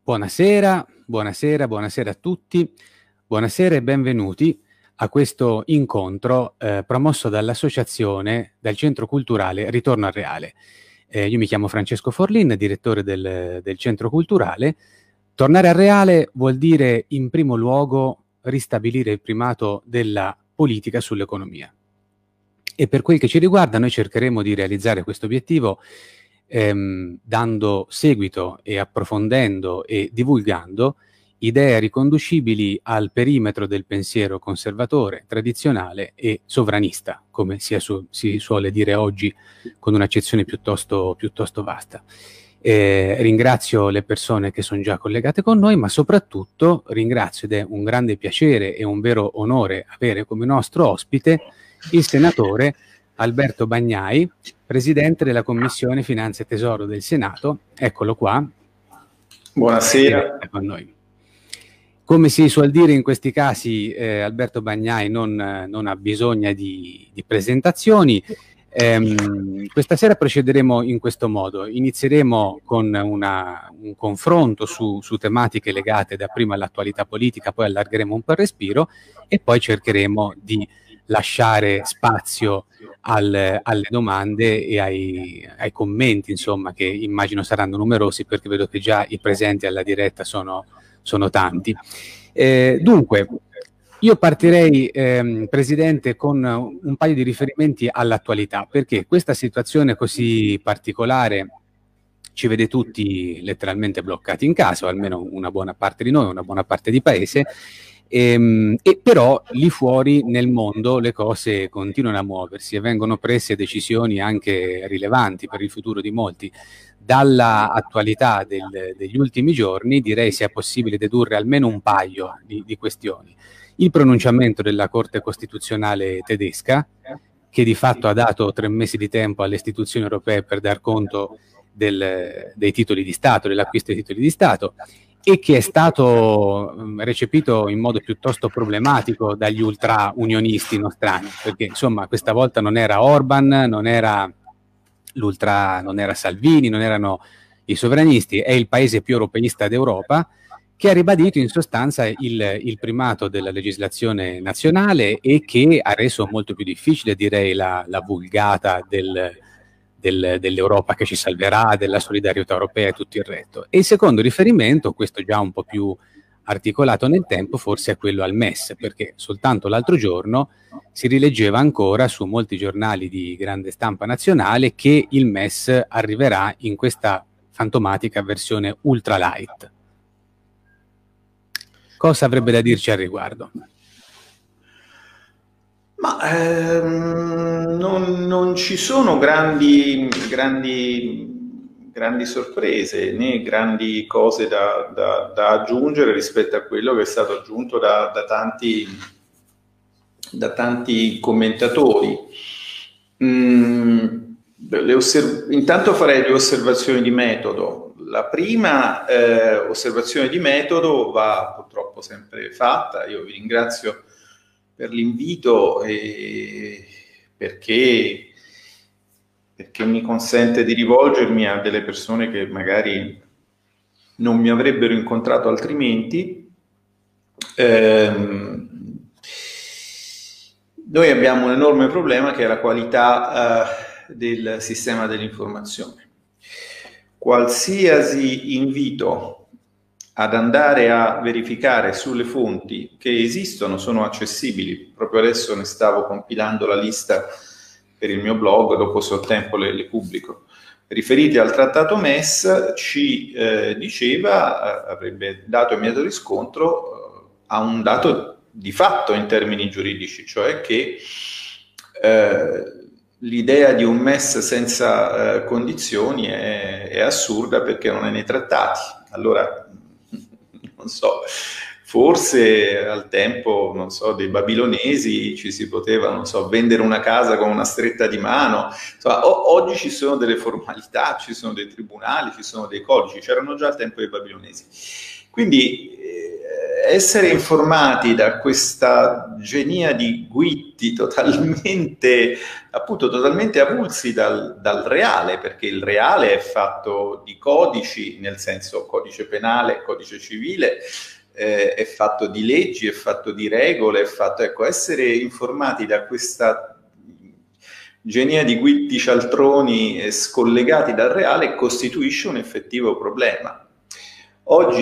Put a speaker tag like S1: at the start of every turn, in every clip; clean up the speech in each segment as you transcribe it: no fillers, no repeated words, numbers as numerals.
S1: Buonasera, buonasera, buonasera a tutti, buonasera e benvenuti a questo incontro promosso dall'associazione del Centro Culturale Ritorno al Reale. Io mi chiamo Francesco Forlin, direttore del Centro Culturale. Tornare al Reale vuol dire in primo luogo ristabilire il primato della politica sull'economia. E per quel che ci riguarda noi cercheremo di realizzare questo obiettivo dando seguito e approfondendo e divulgando idee riconducibili al perimetro del pensiero conservatore, tradizionale e sovranista, come si suole dire oggi con un'accezione piuttosto vasta. Ringrazio le persone che sono già collegate con noi, ma soprattutto ringrazio, ed è un grande piacere e un vero onore avere come nostro ospite il senatore Alberto Bagnai, presidente della Commissione Finanze e Tesoro del Senato. Eccolo qua.
S2: Buonasera.
S1: Con noi. Come si suol dire in questi casi, Alberto Bagnai non ha bisogno di presentazioni. Questa sera procederemo in questo modo. Inizieremo con un confronto su tematiche legate dapprima all'attualità politica, poi allargheremo un po' il respiro e poi cercheremo di lasciare spazio alle domande e ai commenti, insomma, che immagino saranno numerosi, perché vedo che già i presenti alla diretta sono tanti. Dunque, io partirei, Presidente, con un paio di riferimenti all'attualità, perché questa situazione così particolare ci vede tutti letteralmente bloccati in casa, o almeno una buona parte di noi, una buona parte di paese, e però lì fuori nel mondo le cose continuano a muoversi e vengono prese decisioni anche rilevanti per il futuro di molti. Dalla attualità degli ultimi giorni direi sia possibile dedurre almeno un paio di questioni. Il pronunciamento della Corte Costituzionale tedesca, che di fatto ha dato 3 mesi di tempo alle istituzioni europee per dar conto dei titoli di Stato, dell'acquisto dei titoli di Stato, e che è stato recepito in modo piuttosto problematico dagli ultra-unionisti nostrani, perché insomma questa volta non era Orban, non era Salvini, non erano i sovranisti, è il paese più europeista d'Europa, che ha ribadito in sostanza il primato della legislazione nazionale e che ha reso molto più difficile, direi, la vulgata dell'Europa che ci salverà, della solidarietà europea e tutto il resto. E il secondo riferimento, questo già un po' più articolato nel tempo, forse è quello al MES, perché soltanto l'altro giorno si rileggeva ancora su molti giornali di grande stampa nazionale che il MES arriverà in questa fantomatica versione ultra light. Cosa avrebbe da dirci al riguardo?
S2: Ma non ci sono grandi sorprese né grandi cose da aggiungere rispetto a quello che è stato aggiunto da tanti commentatori. Intanto farei 2 osservazioni di metodo. La prima osservazione di metodo va purtroppo sempre fatta. Io vi ringrazio per l'invito perché mi consente di rivolgermi a delle persone che magari non mi avrebbero incontrato altrimenti. Noi abbiamo un enorme problema che è la qualità del sistema dell'informazione. Qualsiasi invito ad andare a verificare sulle fonti che esistono, sono accessibili. Proprio adesso ne stavo compilando la lista per il mio blog, dopo se ho tempo le pubblico. Riferiti al trattato MES, ci diceva, avrebbe dato immediato riscontro a un dato di fatto in termini giuridici, cioè che l'idea di un MES senza condizioni è assurda perché non è nei trattati. Allora, non so, Forse al tempo, non so, dei babilonesi ci si poteva, non so, vendere una casa con una stretta di mano. Insomma, oggi ci sono delle formalità, ci sono dei tribunali, ci sono dei codici, c'erano già al tempo dei babilonesi. Quindi essere informati da questa genia di guitti totalmente avulsi dal reale, perché il reale è fatto di codici, nel senso codice penale, codice civile, è fatto di leggi, è fatto di regole, ecco, essere informati da questa genia di guitti cialtroni scollegati dal reale costituisce un effettivo problema. Oggi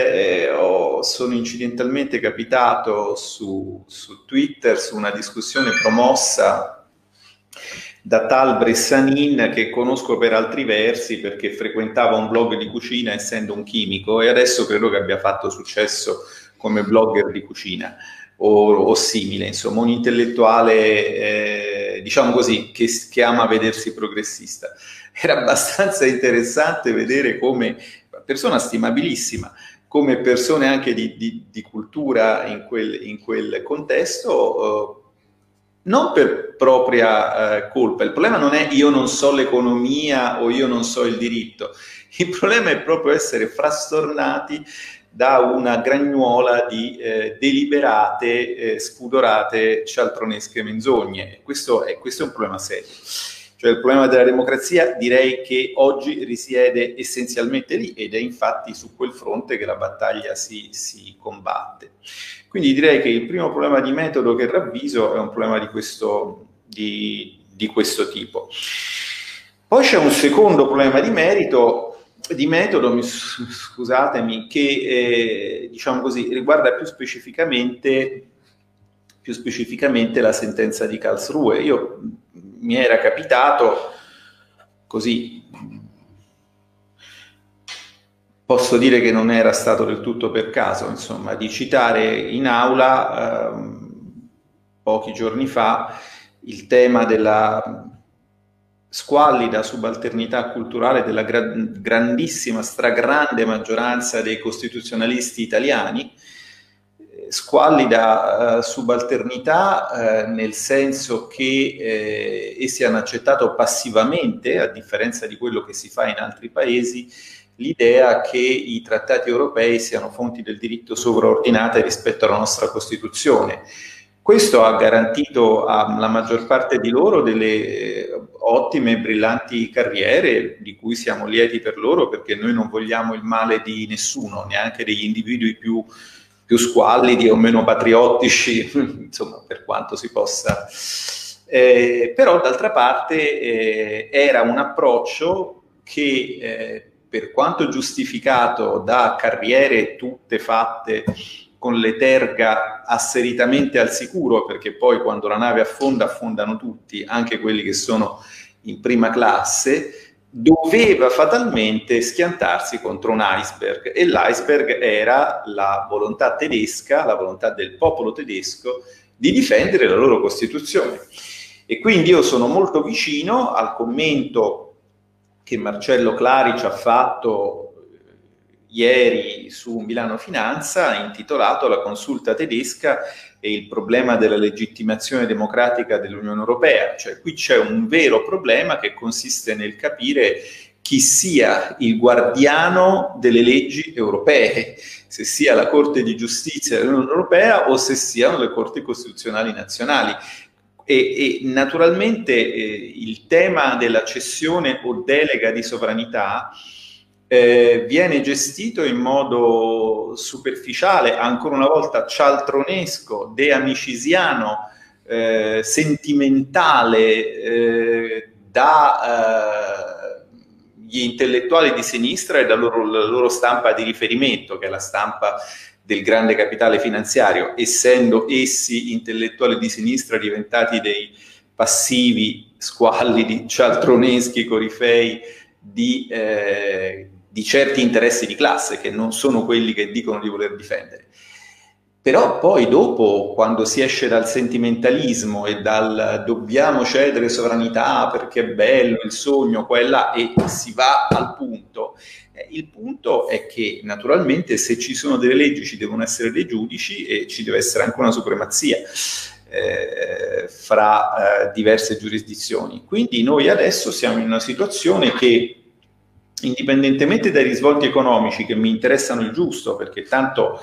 S2: sono incidentalmente capitato su Twitter su una discussione promossa da tal Bressanin, che conosco per altri versi perché frequentava un blog di cucina essendo un chimico, e adesso credo che abbia fatto successo come blogger di cucina o simile, insomma un intellettuale diciamo così che ama vedersi progressista. Era abbastanza interessante vedere come persona stimabilissima, come persone anche di cultura in quel contesto, non per propria colpa. Il problema non è io non so l'economia o io non so il diritto, il problema è proprio essere frastornati da una gragnuola di deliberate, spudorate, cialtronesche menzogne. Questo è un problema serio. Cioè il problema della democrazia direi che oggi risiede essenzialmente lì, ed è infatti su quel fronte che la battaglia si combatte. Quindi direi che il primo problema di metodo che ravviso è un problema di questo tipo. Poi c'è un secondo problema di metodo, scusatemi, che diciamo così riguarda più specificamente la sentenza di Karlsruhe. Mi era capitato, così posso dire che non era stato del tutto per caso, insomma, di citare in aula pochi giorni fa il tema della squallida subalternità culturale della grandissima, stragrande maggioranza dei costituzionalisti italiani. Squallida subalternità nel senso che essi hanno accettato passivamente, a differenza di quello che si fa in altri paesi, l'idea che i trattati europei siano fonti del diritto sovraordinate rispetto alla nostra Costituzione. Questo ha garantito alla maggior parte di loro delle ottime e brillanti carriere, di cui siamo lieti per loro, perché noi non vogliamo il male di nessuno, neanche degli individui più squallidi o meno patriottici, insomma, per quanto si possa. Però d'altra parte era un approccio che, per quanto giustificato da carriere tutte fatte con le terga asseritamente al sicuro, perché poi quando la nave affonda, affondano tutti, anche quelli che sono in prima classe, doveva fatalmente schiantarsi contro un iceberg, e l'iceberg era la volontà tedesca, la volontà del popolo tedesco di difendere la loro Costituzione. E quindi io sono molto vicino al commento che Marcello Clari ci ha fatto ieri su Milano Finanza, intitolato La consulta tedesca e il problema della legittimazione democratica dell'Unione Europea. Cioè qui c'è un vero problema che consiste nel capire chi sia il guardiano delle leggi europee, se sia la Corte di Giustizia dell'Unione Europea o se siano le Corti Costituzionali nazionali. E naturalmente il tema della cessione o delega di sovranità viene gestito in modo superficiale, ancora una volta cialtronesco, deamicisiano, sentimentale dagli intellettuali di sinistra e dalla loro stampa di riferimento, che è la stampa del grande capitale finanziario, essendo essi intellettuali di sinistra diventati dei passivi, squallidi, cialtroneschi corifei di certi interessi di classe, che non sono quelli che dicono di voler difendere. Però poi dopo, quando si esce dal sentimentalismo e dal dobbiamo cedere sovranità perché è bello il sogno, qua e là, e si va al punto, Il punto è che naturalmente se ci sono delle leggi ci devono essere dei giudici e ci deve essere anche una supremazia fra diverse giurisdizioni. Quindi noi adesso siamo in una situazione che, indipendentemente dai risvolti economici che mi interessano il giusto, perché tanto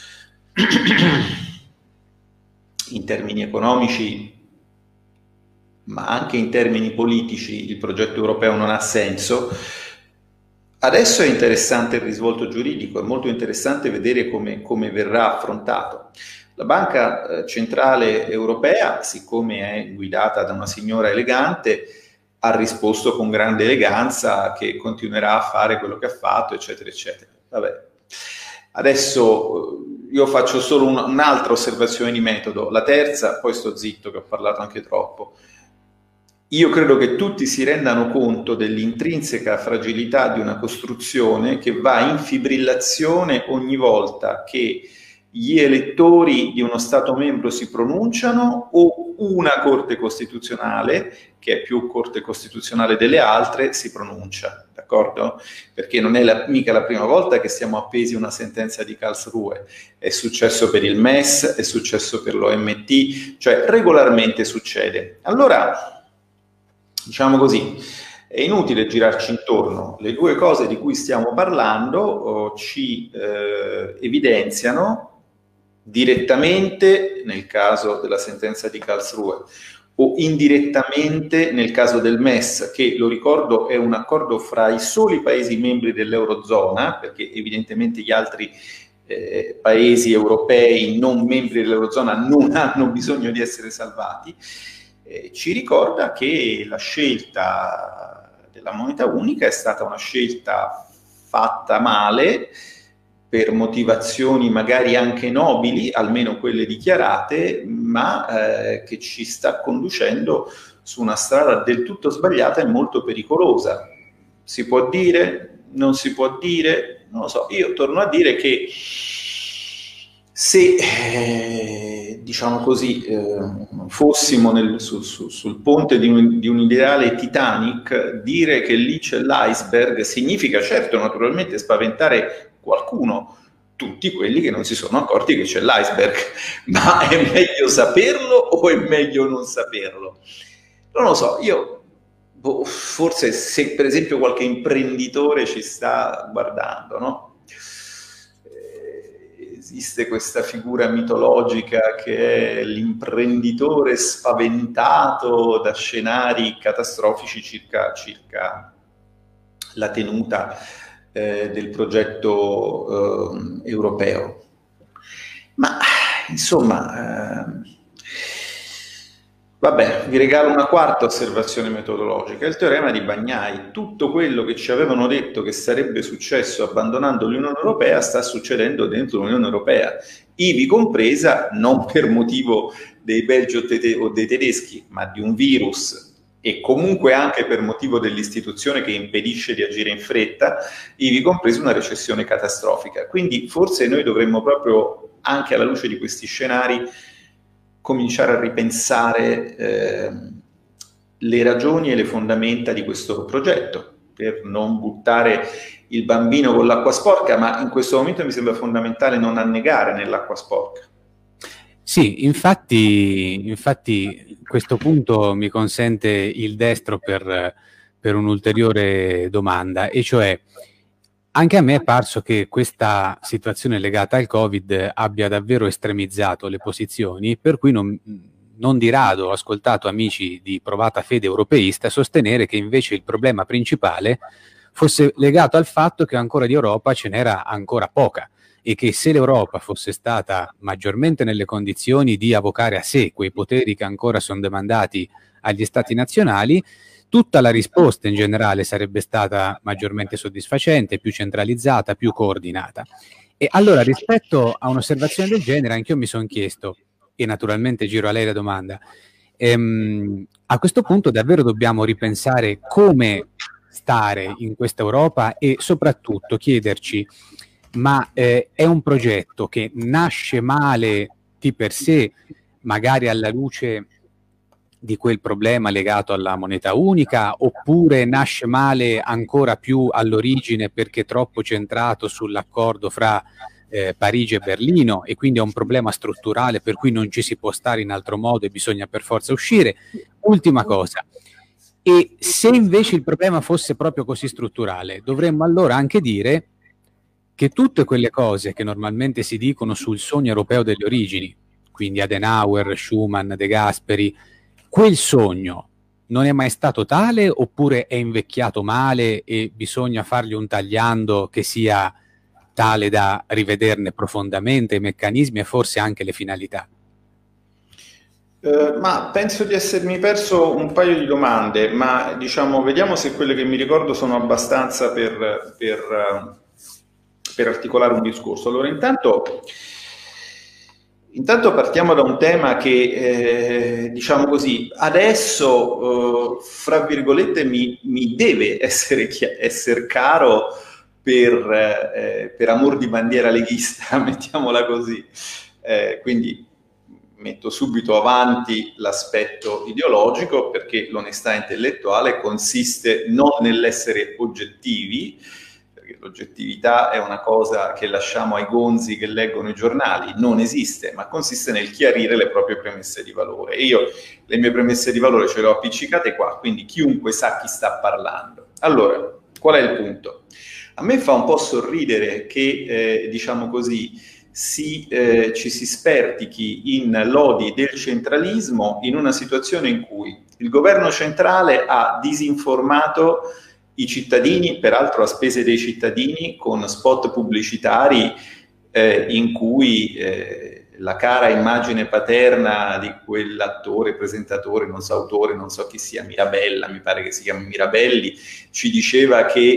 S2: in termini economici ma anche in termini politici il progetto europeo non ha senso. Adesso è interessante il risvolto giuridico, è molto interessante vedere come verrà affrontato. La Banca Centrale Europea, siccome è guidata da una signora elegante, ha risposto con grande eleganza che continuerà a fare quello che ha fatto, eccetera, eccetera. Vabbè. Adesso io faccio solo un'altra osservazione di metodo, la terza, poi sto zitto che ho parlato anche troppo. Io credo che tutti si rendano conto dell'intrinseca fragilità di una costruzione che va in fibrillazione ogni volta che gli elettori di uno Stato membro si pronunciano o una Corte Costituzionale, che è più Corte Costituzionale delle altre, si pronuncia, d'accordo? Perché non è mica la prima volta che siamo appesi a una sentenza di Karlsruhe, è successo per il MES, è successo per l'OMT, cioè regolarmente succede. Allora, diciamo così, è inutile girarci intorno, le due cose di cui stiamo parlando ci evidenziano direttamente nel caso della sentenza di Karlsruhe o indirettamente nel caso del MES, che lo ricordo è un accordo fra i soli paesi membri dell'Eurozona, perché evidentemente gli altri paesi europei non membri dell'Eurozona non hanno bisogno di essere salvati. Ci ricorda che la scelta della moneta unica è stata una scelta fatta male per motivazioni magari anche nobili, almeno quelle dichiarate, ma che ci sta conducendo su una strada del tutto sbagliata e molto pericolosa. Si può dire? Non si può dire? Non lo so. Io torno a dire che se, diciamo così, fossimo sul ponte di un ideale Titanic, dire che lì c'è l'iceberg significa certo naturalmente spaventare qualcuno, tutti quelli che non si sono accorti che c'è l'iceberg, ma è meglio saperlo o è meglio non saperlo? Non lo so, io forse se per esempio qualche imprenditore ci sta guardando, no? Esiste questa figura mitologica che è l'imprenditore spaventato da scenari catastrofici circa la tenuta del progetto europeo. Ma insomma, vabbè, vi regalo una quarta osservazione metodologica, il teorema di Bagnai. Tutto quello che ci avevano detto che sarebbe successo abbandonando l'Unione Europea sta succedendo dentro l'Unione Europea, ivi compresa, non per motivo dei belgi o dei tedeschi, ma di un virus e comunque anche per motivo dell'istituzione che impedisce di agire in fretta, ivi compresa una recessione catastrofica. Quindi forse noi dovremmo proprio, anche alla luce di questi scenari, cominciare a ripensare le ragioni e le fondamenta di questo progetto, per non buttare il bambino con l'acqua sporca, ma in questo momento mi sembra fondamentale non annegare nell'acqua sporca.
S1: Sì, infatti questo punto mi consente il destro per un'ulteriore domanda, e cioè anche a me è parso che questa situazione legata al Covid abbia davvero estremizzato le posizioni, per cui non di rado ho ascoltato amici di provata fede europeista sostenere che invece il problema principale fosse legato al fatto che ancora di Europa ce n'era ancora poca, e che se l'Europa fosse stata maggiormente nelle condizioni di avocare a sé quei poteri che ancora sono demandati agli stati nazionali, tutta la risposta in generale sarebbe stata maggiormente soddisfacente, più centralizzata, più coordinata. E allora, rispetto a un'osservazione del genere, anch'io mi sono chiesto, e naturalmente giro a lei la domanda, a questo punto davvero dobbiamo ripensare come stare in questa Europa e soprattutto chiederci: ma è un progetto che nasce male di per sé, magari alla luce di quel problema legato alla moneta unica, oppure nasce male ancora più all'origine perché troppo centrato sull'accordo fra Parigi e Berlino, e quindi è un problema strutturale per cui non ci si può stare in altro modo e bisogna per forza uscire? Ultima cosa, e se invece il problema fosse proprio così strutturale, dovremmo allora anche dire che tutte quelle cose che normalmente si dicono sul sogno europeo delle origini, quindi Adenauer, Schuman, De Gasperi, quel sogno non è mai stato tale, oppure è invecchiato male e bisogna fargli un tagliando che sia tale da rivederne profondamente i meccanismi e forse anche le finalità?
S2: Ma penso di essermi perso un paio di domande, ma diciamo, vediamo se quelle che mi ricordo sono abbastanza per articolare un discorso. Allora, intanto partiamo da un tema che, diciamo così, adesso, fra virgolette, mi deve essere caro per amor di bandiera leghista, mettiamola così. Quindi metto subito avanti l'aspetto ideologico, perché l'onestà intellettuale consiste non nell'essere oggettivi, perché l'oggettività è una cosa che lasciamo ai gonzi che leggono i giornali, non esiste, ma consiste nel chiarire le proprie premesse di valore. E io le mie premesse di valore ce le ho appiccicate qua, quindi chiunque sa chi sta parlando. Allora, qual è il punto? A me fa un po' sorridere che, diciamo così, ci si spertichi in lodi del centralismo in una situazione in cui il governo centrale ha disinformato i cittadini, peraltro a spese dei cittadini, con spot pubblicitari in cui la cara immagine paterna di quell'attore, presentatore, non so, autore, non so chi sia, Mirabella, mi pare che si chiami Mirabelli, ci diceva che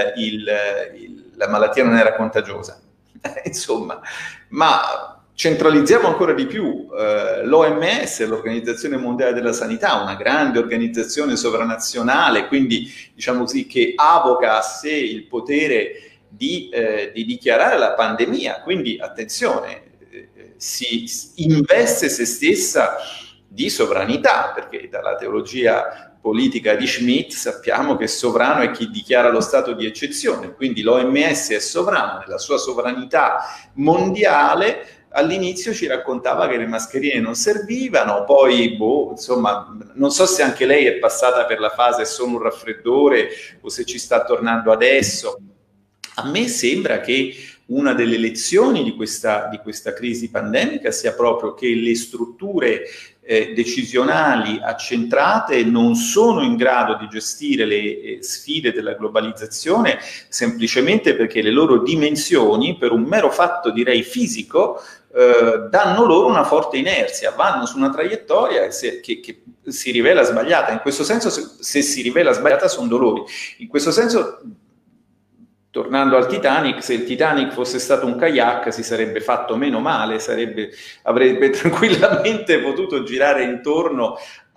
S2: la malattia non era contagiosa. Insomma, ma centralizziamo ancora di più. L'OMS, l'Organizzazione Mondiale della Sanità, una grande organizzazione sovranazionale, quindi diciamo così, che avoca a sé il potere di dichiarare la pandemia, quindi attenzione, si investe se stessa di sovranità, perché dalla teologia politica di Schmitt sappiamo che sovrano è chi dichiara lo stato di eccezione, quindi l'OMS è sovrana nella sua sovranità mondiale. All'inizio ci raccontava che le mascherine non servivano, poi insomma, non so se anche lei è passata per la fase sono un raffreddore o se ci sta tornando adesso. A me sembra che una delle lezioni di questa crisi pandemica sia proprio che le strutture decisionali accentrate non sono in grado di gestire le sfide della globalizzazione, semplicemente perché le loro dimensioni, per un mero fatto direi fisico, danno loro una forte inerzia, vanno su una traiettoria che si rivela sbagliata. In questo senso, se si rivela sbagliata, sono dolori. In questo senso, tornando al Titanic, se il Titanic fosse stato un kayak si sarebbe fatto meno male, avrebbe tranquillamente potuto girare intorno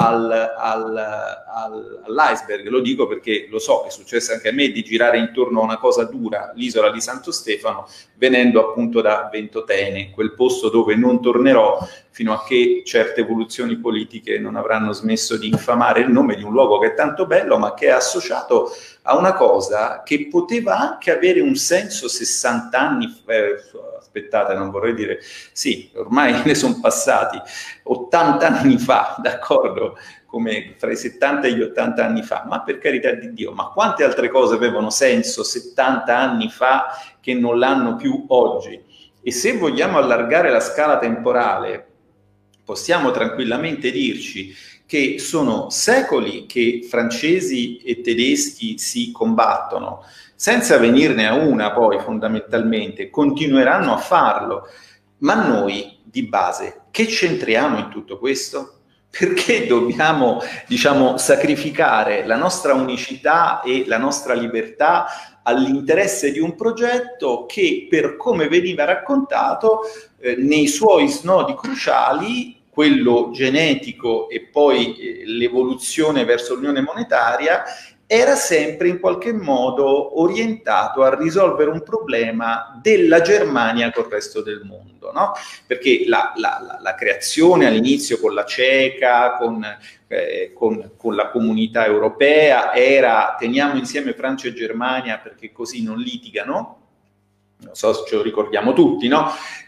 S2: all'iceberg. Lo dico perché lo so, è successo anche a me di girare intorno a una cosa dura, l'isola di Santo Stefano, venendo appunto da Ventotene, quel posto dove non tornerò fino a che certe evoluzioni politiche non avranno smesso di infamare il nome di un luogo che è tanto bello, ma che è associato a una cosa che poteva anche avere un senso 60 anni aspettate, non vorrei dire, sì, ormai ne sono passati 80 anni fa, d'accordo, come tra i 70 e gli 80 anni fa, ma per carità di Dio, ma quante altre cose avevano senso 70 anni fa che non l'hanno più oggi? E se vogliamo allargare la scala temporale, possiamo tranquillamente dirci che sono secoli che francesi e tedeschi si combattono, senza venirne a una poi fondamentalmente, continueranno a farlo. Ma noi, di base, che c'entriamo in tutto questo? Perché dobbiamo, diciamo, sacrificare la nostra unicità e la nostra libertà all'interesse di un progetto che, per come veniva raccontato, nei suoi snodi cruciali, quello genetico e poi l'evoluzione verso l'unione monetaria, era sempre in qualche modo orientato a risolvere un problema della Germania col resto del mondo, no? Perché la creazione all'inizio con la CECA, con la comunità europea, era teniamo insieme Francia e Germania perché così non litigano, non so se ce lo ricordiamo tutti, no?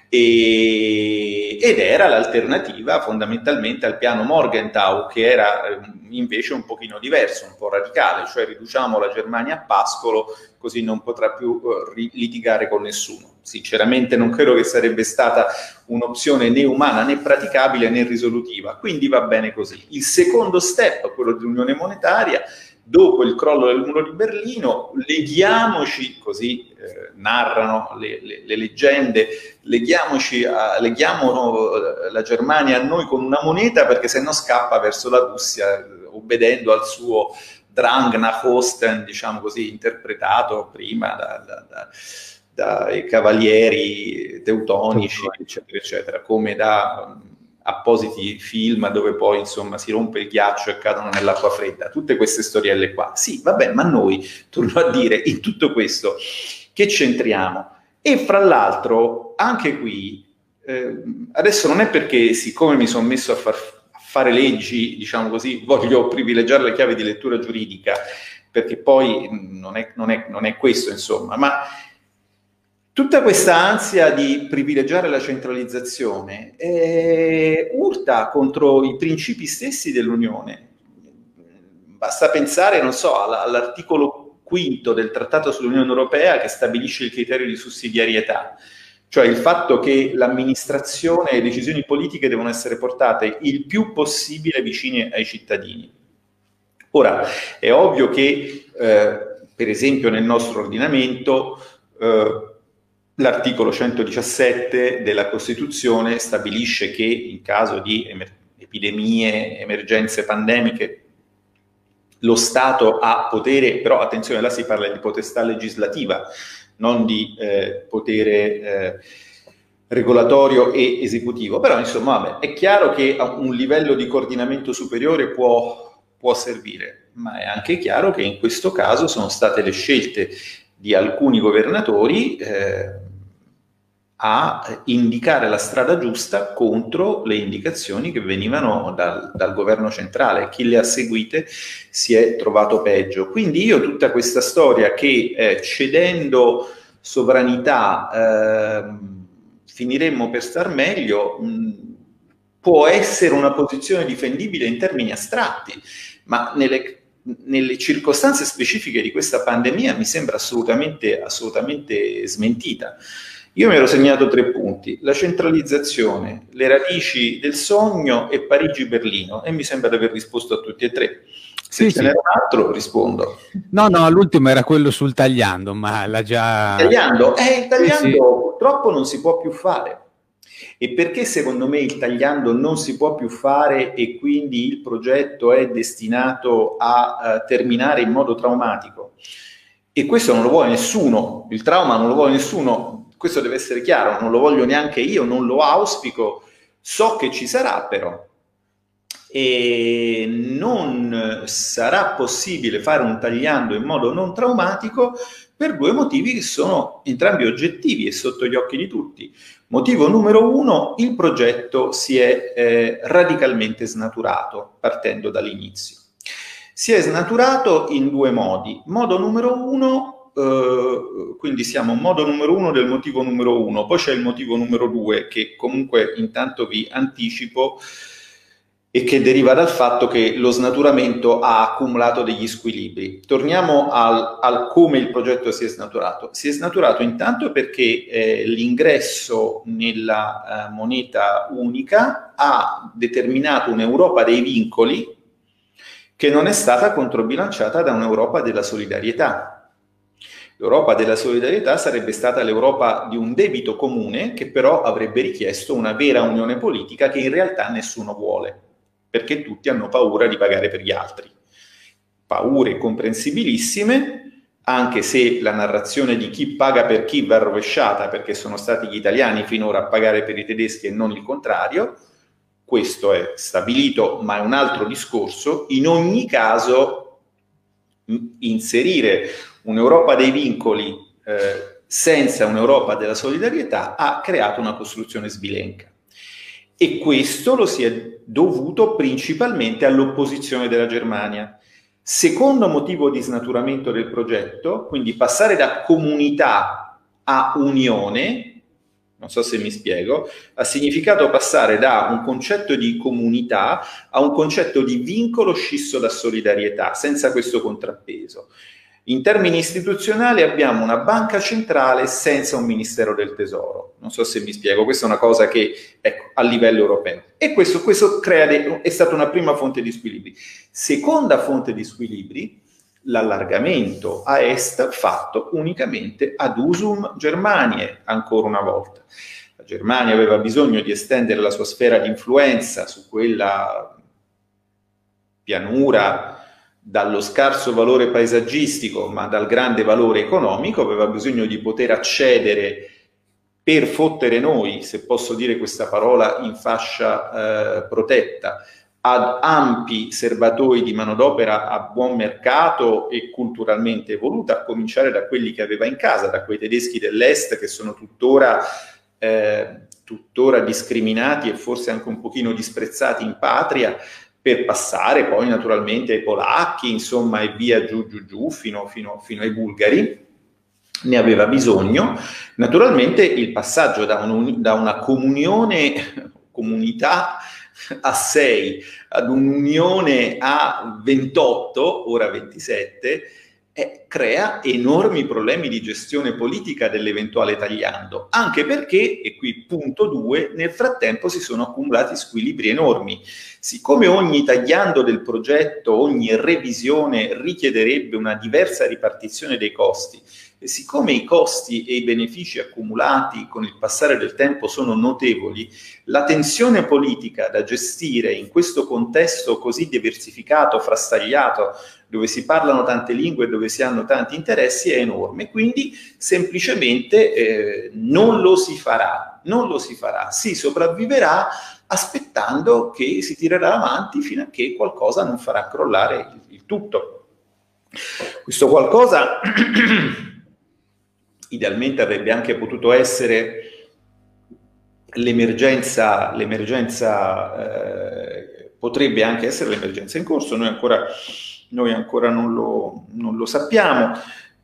S2: Ed era l'alternativa fondamentalmente al piano Morgenthau, che era invece un pochino diverso, un po' radicale, cioè riduciamo la Germania a pascolo, così non potrà più litigare con nessuno. Sinceramente non credo che sarebbe stata un'opzione né umana né praticabile né risolutiva, quindi va bene così. Il secondo step, quello dell'unione monetaria, dopo il crollo del muro di Berlino, leghiamoci, così narrano le leggende, leghiamo la Germania a noi con una moneta, perché se no scappa verso la Russia, obbedendo al suo Drang nach Osten, diciamo così, interpretato prima dai cavalieri teutonici, eccetera, eccetera, come da appositi film dove poi insomma si rompe il ghiaccio e cadono nell'acqua fredda, tutte queste storielle qua. Sì, vabbè, ma noi, torno a dire, in tutto questo che c'entriamo? E fra l'altro anche qui adesso non è perché, siccome mi sono messo a fare leggi, diciamo così, voglio privilegiare le chiavi di lettura giuridica, perché poi non è questo, insomma, ma tutta questa ansia di privilegiare la centralizzazione urta contro i principi stessi dell'Unione. Basta pensare, non so, all'articolo 5 del Trattato sull'Unione Europea, che stabilisce il criterio di sussidiarietà, cioè il fatto che l'amministrazione e le decisioni politiche devono essere portate il più possibile vicine ai cittadini. Ora, è ovvio che, per esempio, nel nostro ordinamento, l'articolo 117 della Costituzione stabilisce che in caso di epidemie, emergenze pandemiche, lo Stato ha potere, però attenzione, là si parla di potestà legislativa, non di potere regolatorio e esecutivo, però insomma vabbè, è chiaro che a un livello di coordinamento superiore può servire, ma è anche chiaro che in questo caso sono state le scelte di alcuni governatori a indicare la strada giusta contro le indicazioni che venivano dal governo centrale. Chi le ha seguite si è trovato peggio. Quindi io tutta questa storia che cedendo sovranità finiremmo per star meglio, può essere una posizione difendibile in termini astratti, ma nelle circostanze specifiche di questa pandemia mi sembra assolutamente smentita. Io mi ero segnato 3 punti: la centralizzazione, le radici del sogno e Parigi-Berlino, e mi sembra di aver risposto a tutti e 3. Se ce n'è un altro, rispondo.
S1: No, l'ultimo era quello sul tagliando, ma l'ha già...
S2: Il tagliando purtroppo non si può più fare. E perché secondo me il tagliando non si può più fare e quindi il progetto è destinato a terminare in modo traumatico? E questo non lo vuole nessuno, il trauma non lo vuole nessuno. Questo deve essere chiaro, non lo voglio neanche io, non lo auspico, so che ci sarà però. E non sarà possibile fare un tagliando in modo non traumatico per 2 motivi che sono entrambi oggettivi e sotto gli occhi di tutti. Motivo numero 1, il progetto si è radicalmente snaturato partendo dall'inizio. Si è snaturato in 2 modi. Modo numero 1, quindi siamo modo numero 1 del motivo numero 1, poi c'è il motivo numero 2 che comunque intanto vi anticipo e che deriva dal fatto che lo snaturamento ha accumulato degli squilibri. Torniamo al come il progetto si è snaturato. Si è snaturato intanto perché l'ingresso nella moneta unica ha determinato un'Europa dei vincoli che non è stata controbilanciata da un'Europa della solidarietà. L'Europa della solidarietà sarebbe stata l'Europa di un debito comune che però avrebbe richiesto una vera unione politica che in realtà nessuno vuole, perché tutti hanno paura di pagare per gli altri. Paure comprensibilissime, anche se la narrazione di chi paga per chi va rovesciata, perché sono stati gli italiani finora a pagare per i tedeschi e non il contrario. Questo è stabilito, ma è un altro discorso. In ogni caso inserire un'Europa dei vincoli senza un'Europa della solidarietà ha creato una costruzione sbilenca. E questo lo si è dovuto principalmente all'opposizione della Germania. Secondo motivo di snaturamento del progetto, quindi passare da comunità a unione, non so se mi spiego, ha significato passare da un concetto di comunità a un concetto di vincolo scisso da solidarietà, senza questo contrappeso. In termini istituzionali abbiamo una banca centrale senza un Ministero del Tesoro. Non so se mi spiego, questa è una cosa che, ecco, a livello europeo. E questo è stata una prima fonte di squilibri. Seconda fonte di squilibri, l'allargamento a est fatto unicamente ad usum Germaniae, ancora una volta. La Germania aveva bisogno di estendere la sua sfera di influenza su quella pianura dallo scarso valore paesaggistico ma dal grande valore economico, aveva bisogno di poter accedere per fottere noi, se posso dire questa parola in fascia protetta, ad ampi serbatoi di manodopera a buon mercato e culturalmente evoluta, a cominciare da quelli che aveva in casa, da quei tedeschi dell'est che sono tuttora discriminati e forse anche un pochino disprezzati in patria, per passare poi naturalmente ai polacchi, insomma, e via giù fino ai bulgari. Ne aveva bisogno. Naturalmente il passaggio da una comunità a 6 ad un'unione a 28, ora 27, crea enormi problemi di gestione politica dell'eventuale tagliando, anche perché, e qui punto 2, nel frattempo si sono accumulati squilibri enormi. Siccome ogni tagliando del progetto, ogni revisione richiederebbe una diversa ripartizione dei costi, e siccome i costi e i benefici accumulati con il passare del tempo sono notevoli, la tensione politica da gestire in questo contesto così diversificato, frastagliato, dove si parlano tante lingue e dove si hanno tanti interessi, è enorme. Quindi semplicemente non lo si farà, si sopravviverà aspettando che si tirerà avanti fino a che qualcosa non farà crollare il tutto. Questo qualcosa idealmente avrebbe anche potuto essere l'emergenza potrebbe anche essere l'emergenza in corso, noi ancora non lo sappiamo.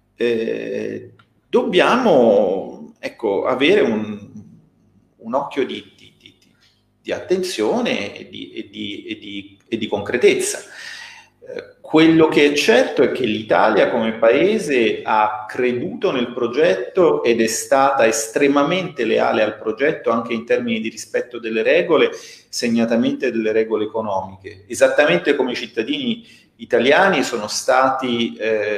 S2: Dobbiamo, ecco, avere un occhio di attenzione e di concretezza. Quello che è certo è che l'Italia come paese ha creduto nel progetto ed è stata estremamente leale al progetto anche in termini di rispetto delle regole, segnatamente delle regole economiche, esattamente come i cittadini italiani sono stati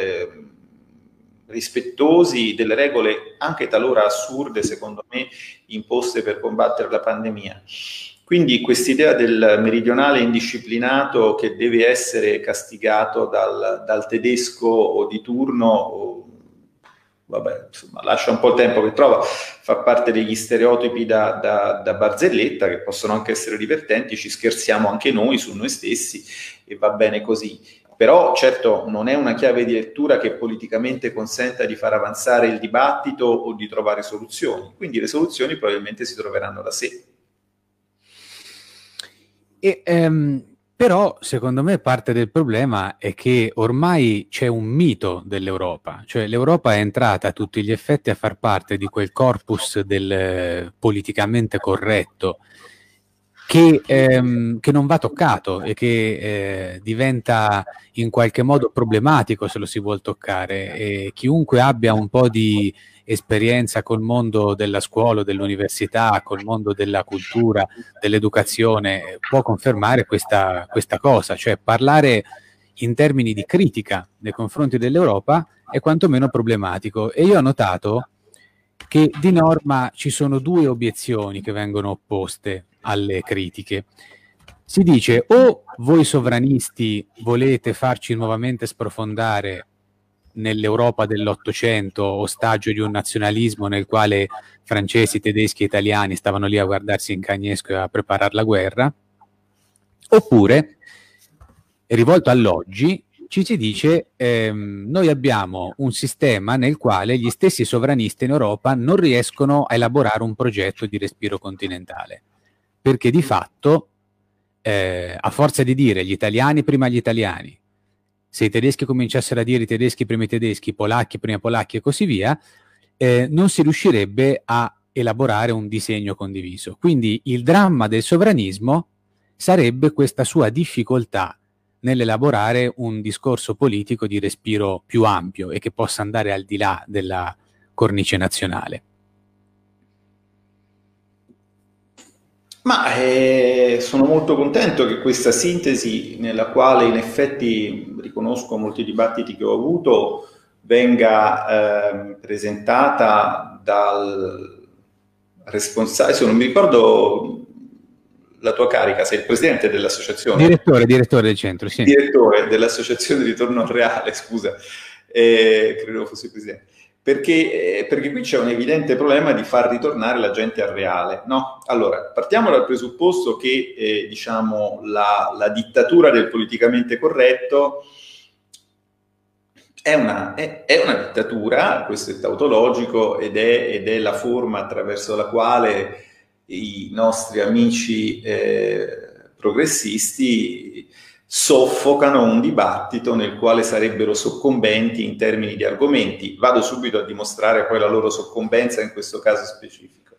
S2: rispettosi delle regole anche talora assurde, secondo me, imposte per combattere la pandemia. Quindi quest'idea del meridionale indisciplinato che deve essere castigato dal tedesco o di turno, vabbè, insomma, lascia un po' il tempo che trova, fa parte degli stereotipi da barzelletta che possono anche essere divertenti, ci scherziamo anche noi su noi stessi e va bene così. Però certo non è una chiave di lettura che politicamente consenta di far avanzare il dibattito o di trovare soluzioni, quindi le soluzioni probabilmente si troveranno da sé.
S1: Però secondo me parte del problema è che ormai c'è un mito dell'Europa, cioè l'Europa è entrata a tutti gli effetti a far parte di quel corpus del politicamente corretto che non va toccato e che diventa in qualche modo problematico se lo si vuol toccare, e chiunque abbia un po' di esperienza col mondo della scuola, dell'università, col mondo della cultura, dell'educazione, può confermare questa cosa, cioè parlare in termini di critica nei confronti dell'Europa è quantomeno problematico. E io ho notato che di norma ci sono due obiezioni che vengono opposte alle critiche. Si dice: o voi sovranisti volete farci nuovamente sprofondare nell'Europa dell'Ottocento, ostaggio di un nazionalismo nel quale francesi, tedeschi e italiani stavano lì a guardarsi in cagnesco e a preparare la guerra, oppure, rivolto all'oggi, ci si dice noi abbiamo un sistema nel quale gli stessi sovranisti in Europa non riescono a elaborare un progetto di respiro continentale, perché di fatto, a forza di dire gli italiani prima gli italiani, se i tedeschi cominciassero a dire i tedeschi prima i tedeschi, i polacchi prima i polacchi e così via, non si riuscirebbe a elaborare un disegno condiviso. Quindi il dramma del sovranismo sarebbe questa sua difficoltà nell'elaborare un discorso politico di respiro più ampio e che possa andare al di là della cornice nazionale.
S2: Ma sono molto contento che questa sintesi, nella quale in effetti riconosco molti dibattiti che ho avuto, venga presentata dal responsabile, se non mi ricordo la tua carica, sei il presidente dell'associazione?
S1: Direttore del centro, sì.
S2: Direttore dell'associazione Ritorno al Reale, scusa, credo fosse il presidente. Perché qui c'è un evidente problema di far ritornare la gente al reale, no? Allora, partiamo dal presupposto che diciamo, la dittatura del politicamente corretto è una dittatura, questo è tautologico, ed è la forma attraverso la quale i nostri amici progressisti soffocano un dibattito nel quale sarebbero soccombenti in termini di argomenti. Vado subito a dimostrare poi la loro soccombenza in questo caso specifico.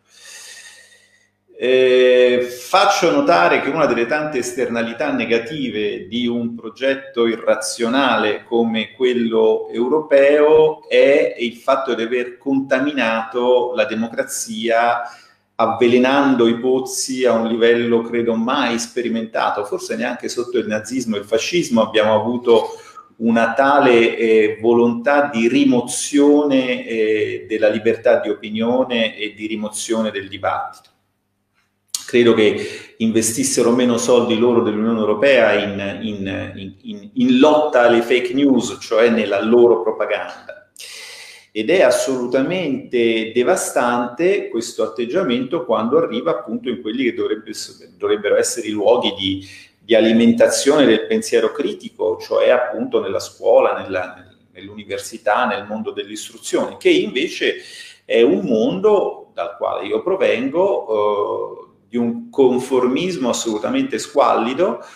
S2: Faccio notare che una delle tante esternalità negative di un progetto irrazionale come quello europeo è il fatto di aver contaminato la democrazia, avvelenando i pozzi a un livello credo mai sperimentato, forse neanche sotto il nazismo e il fascismo abbiamo avuto una tale volontà di rimozione della libertà di opinione e di rimozione del dibattito. Credo che investissero meno soldi loro dell'Unione Europea in lotta alle fake news, cioè nella loro propaganda. Ed è assolutamente devastante questo atteggiamento quando arriva appunto in quelli che dovrebbero essere i luoghi di alimentazione del pensiero critico, cioè appunto nella scuola, nell'università, nel mondo dell'istruzione, che invece è un mondo dal quale io provengo, di un conformismo assolutamente squallido,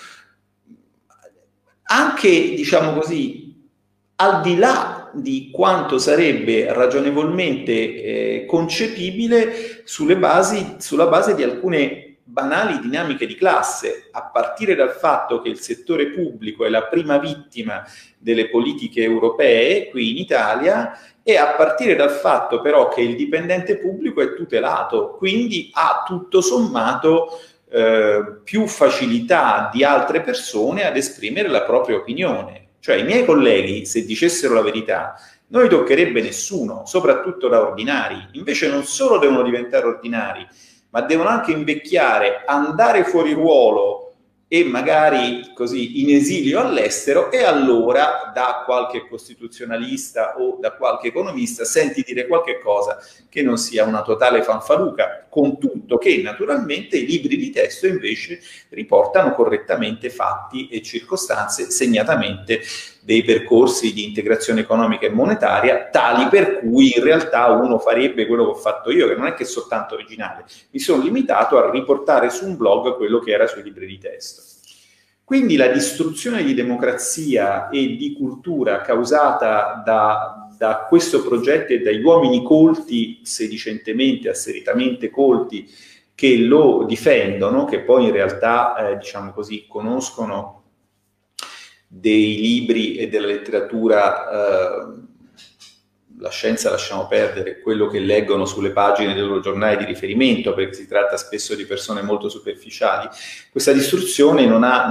S2: anche, diciamo così, al di là di quanto sarebbe ragionevolmente concepibile sulla base di alcune banali dinamiche di classe, a partire dal fatto che il settore pubblico è la prima vittima delle politiche europee qui in Italia, e a partire dal fatto però che il dipendente pubblico è tutelato, quindi ha tutto sommato più facilità di altre persone ad esprimere la propria opinione. Cioè i miei colleghi, se dicessero la verità, non li toccherebbe nessuno, soprattutto da ordinari. Invece non solo devono diventare ordinari, ma devono anche invecchiare, andare fuori ruolo e magari così in esilio all'estero, e allora da qualche costituzionalista o da qualche economista senti dire qualche cosa che non sia una totale fanfaluca, con tutto che naturalmente i libri di testo invece riportano correttamente fatti e circostanze, segnatamente dei percorsi di integrazione economica e monetaria, tali per cui in realtà uno farebbe quello che ho fatto io, che non è che è soltanto originale, mi sono limitato a riportare su un blog quello che era sui libri di testo. Quindi la distruzione di democrazia e di cultura causata da questo progetto e dagli uomini colti, sedicentemente, asseritamente colti, che lo difendono, che poi in realtà, diciamo così, conoscono dei libri e della letteratura, la scienza lasciamo perdere, quello che leggono sulle pagine dei loro giornali di riferimento, perché si tratta spesso di persone molto superficiali. Questa distruzione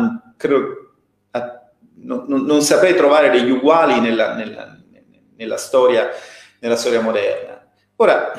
S2: non saprei trovare degli uguali nella storia moderna. Ora,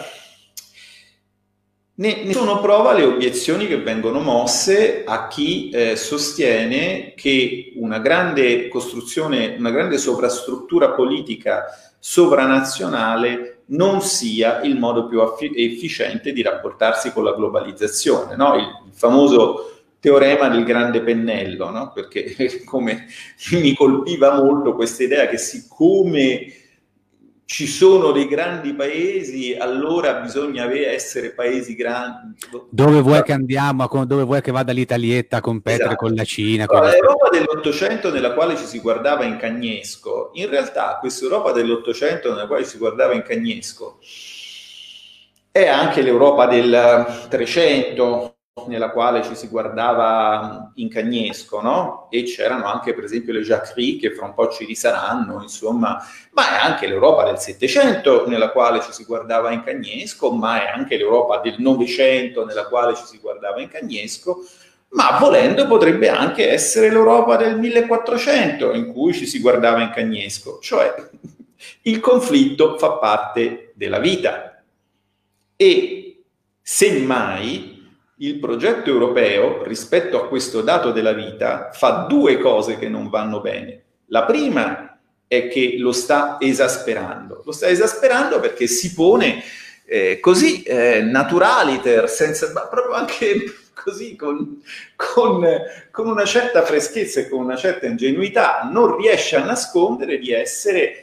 S2: ne sono prova le obiezioni che vengono mosse a chi sostiene che una grande costruzione, una grande sovrastruttura politica sovranazionale non sia il modo più efficiente di rapportarsi con la globalizzazione, no? Il famoso teorema del grande pennello, no? Perché come mi colpiva molto questa idea che siccome ci sono dei grandi paesi, allora bisogna essere paesi grandi.
S1: Dove vuoi che andiamo, dove vuoi che vada l'Italietta a competere con la Cina? Con
S2: l'Europa dell'Ottocento nella quale ci si guardava in cagnesco, in realtà questa Europa dell'Ottocento nella quale ci si guardava in cagnesco è anche l'Europa del Trecento, nella quale ci si guardava in cagnesco, no? E c'erano anche per esempio le Jacquerie che fra un po' ci risaranno, insomma, ma è anche l'Europa del Settecento nella quale ci si guardava in cagnesco, ma è anche l'Europa del Novecento nella quale ci si guardava in cagnesco, ma volendo potrebbe anche essere l'Europa del 1400 in cui ci si guardava in cagnesco, cioè il conflitto fa parte della vita e semmai il progetto europeo, rispetto a questo dato della vita, fa due cose che non vanno bene. La prima è che lo sta esasperando. Lo sta esasperando perché si pone così naturaliter, senza, ma proprio anche così con una certa freschezza e con una certa ingenuità, non riesce a nascondere di essere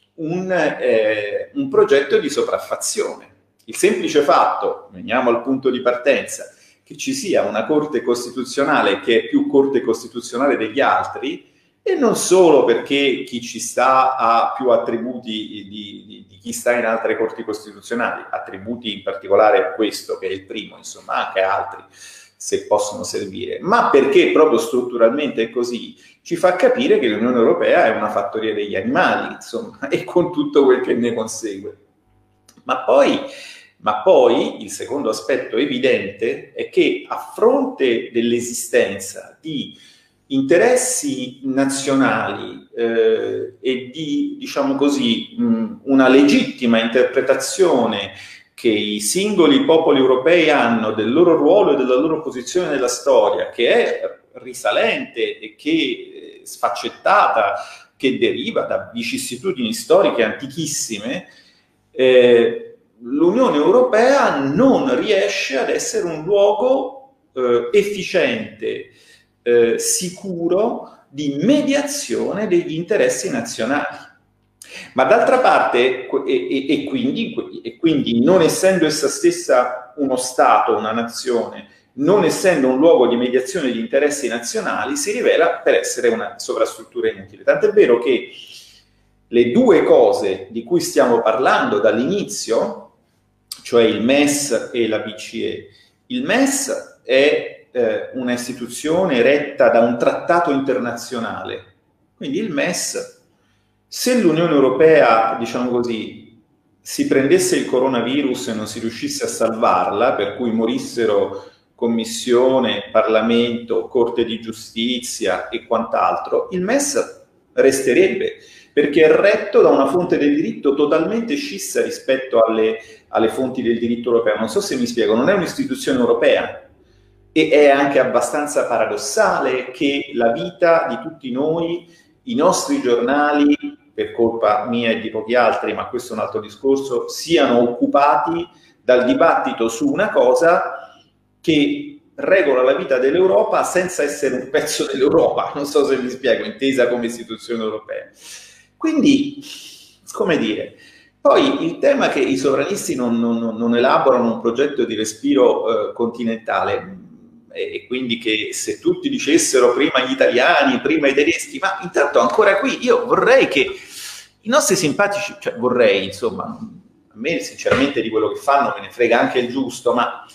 S2: un progetto di sopraffazione. Il semplice fatto, veniamo al punto di partenza, che ci sia una Corte Costituzionale che è più Corte Costituzionale degli altri, e non solo perché chi ci sta ha più attributi di chi sta in altre Corti Costituzionali, attributi in particolare questo che è il primo, insomma anche altri se possono servire, ma perché proprio strutturalmente è così, ci fa capire che l'Unione Europea è una fattoria degli animali, insomma, e con tutto quel che ne consegue. Ma poi il secondo aspetto evidente è che a fronte dell'esistenza di interessi nazionali e di, diciamo così, una legittima interpretazione che i singoli popoli europei hanno del loro ruolo e della loro posizione nella storia, che è risalente e che sfaccettata, che deriva da vicissitudini storiche antichissime, l'Unione Europea non riesce ad essere un luogo efficiente, sicuro di mediazione degli interessi nazionali. Ma d'altra parte, e quindi non essendo essa stessa uno Stato, una nazione, non essendo un luogo di mediazione di interessi nazionali, si rivela per essere una sovrastruttura inutile. Tant'è vero che le due cose di cui stiamo parlando dall'inizio, cioè il MES e la BCE, il MES è una istituzione retta da un trattato internazionale, quindi il MES. Se l'Unione Europea, diciamo così, si prendesse il coronavirus e non si riuscisse a salvarla, per cui morissero Commissione, Parlamento, Corte di Giustizia e quant'altro, il MES resterebbe, perché è retto da una fonte del diritto totalmente scissa rispetto alle fonti del diritto europeo. Non so se mi spiego, non è un'istituzione europea. E è anche abbastanza paradossale che la vita di tutti noi, i nostri giornali, per colpa mia e di pochi altri, ma questo è un altro discorso, siano occupati dal dibattito su una cosa che regola la vita dell'Europa senza essere un pezzo dell'Europa, non so se mi spiego, intesa come istituzione europea. Quindi, come dire, poi il tema che i sovranisti non elaborano un progetto di respiro continentale, e quindi che se tutti dicessero prima gli italiani, prima i tedeschi, ma intanto ancora qui io vorrei che i nostri simpatici, cioè vorrei, insomma, a me sinceramente di quello che fanno me ne frega anche il giusto, ma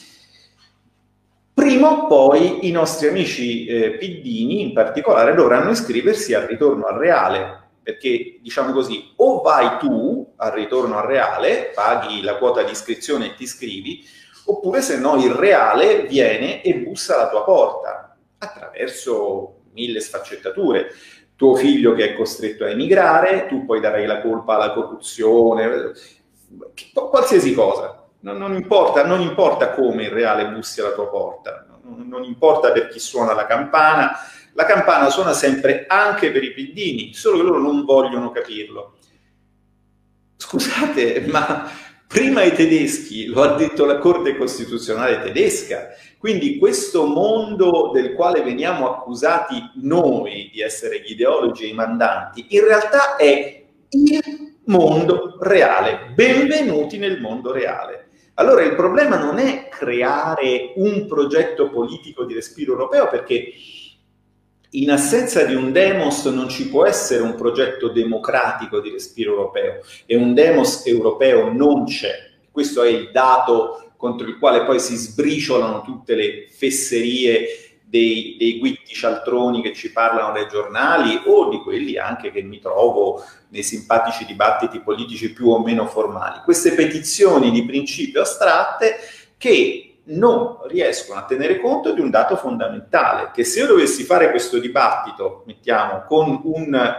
S2: prima o poi i nostri amici piddini in particolare dovranno iscriversi al ritorno al reale, perché diciamo così, o vai tu al ritorno al reale, paghi la quota di iscrizione e ti iscrivi, oppure se no il reale viene e bussa alla tua porta attraverso 1000 sfaccettature. Tuo figlio che è costretto a emigrare, tu poi darai la colpa alla corruzione, qualsiasi cosa. Non importa come il reale bussi alla tua porta, non importa per chi suona la campana suona sempre anche per i piddini, solo che loro non vogliono capirlo. Scusate, ma prima i tedeschi, lo ha detto la Corte Costituzionale tedesca. Quindi questo mondo del quale veniamo accusati noi di essere gli ideologi e i mandanti, in realtà è il mondo reale. Benvenuti nel mondo reale. Allora il problema non è creare un progetto politico di respiro europeo, perché in assenza di un demos non ci può essere un progetto democratico di respiro europeo, e un demos europeo non c'è. Questo è il dato contro il quale poi si sbriciolano tutte le fesserie dei guitti cialtroni che ci parlano dai giornali, o di quelli anche che mi trovo nei simpatici dibattiti politici più o meno formali. Queste petizioni di principio astratte che non riescono a tenere conto di un dato fondamentale, che se io dovessi fare questo dibattito, mettiamo, con un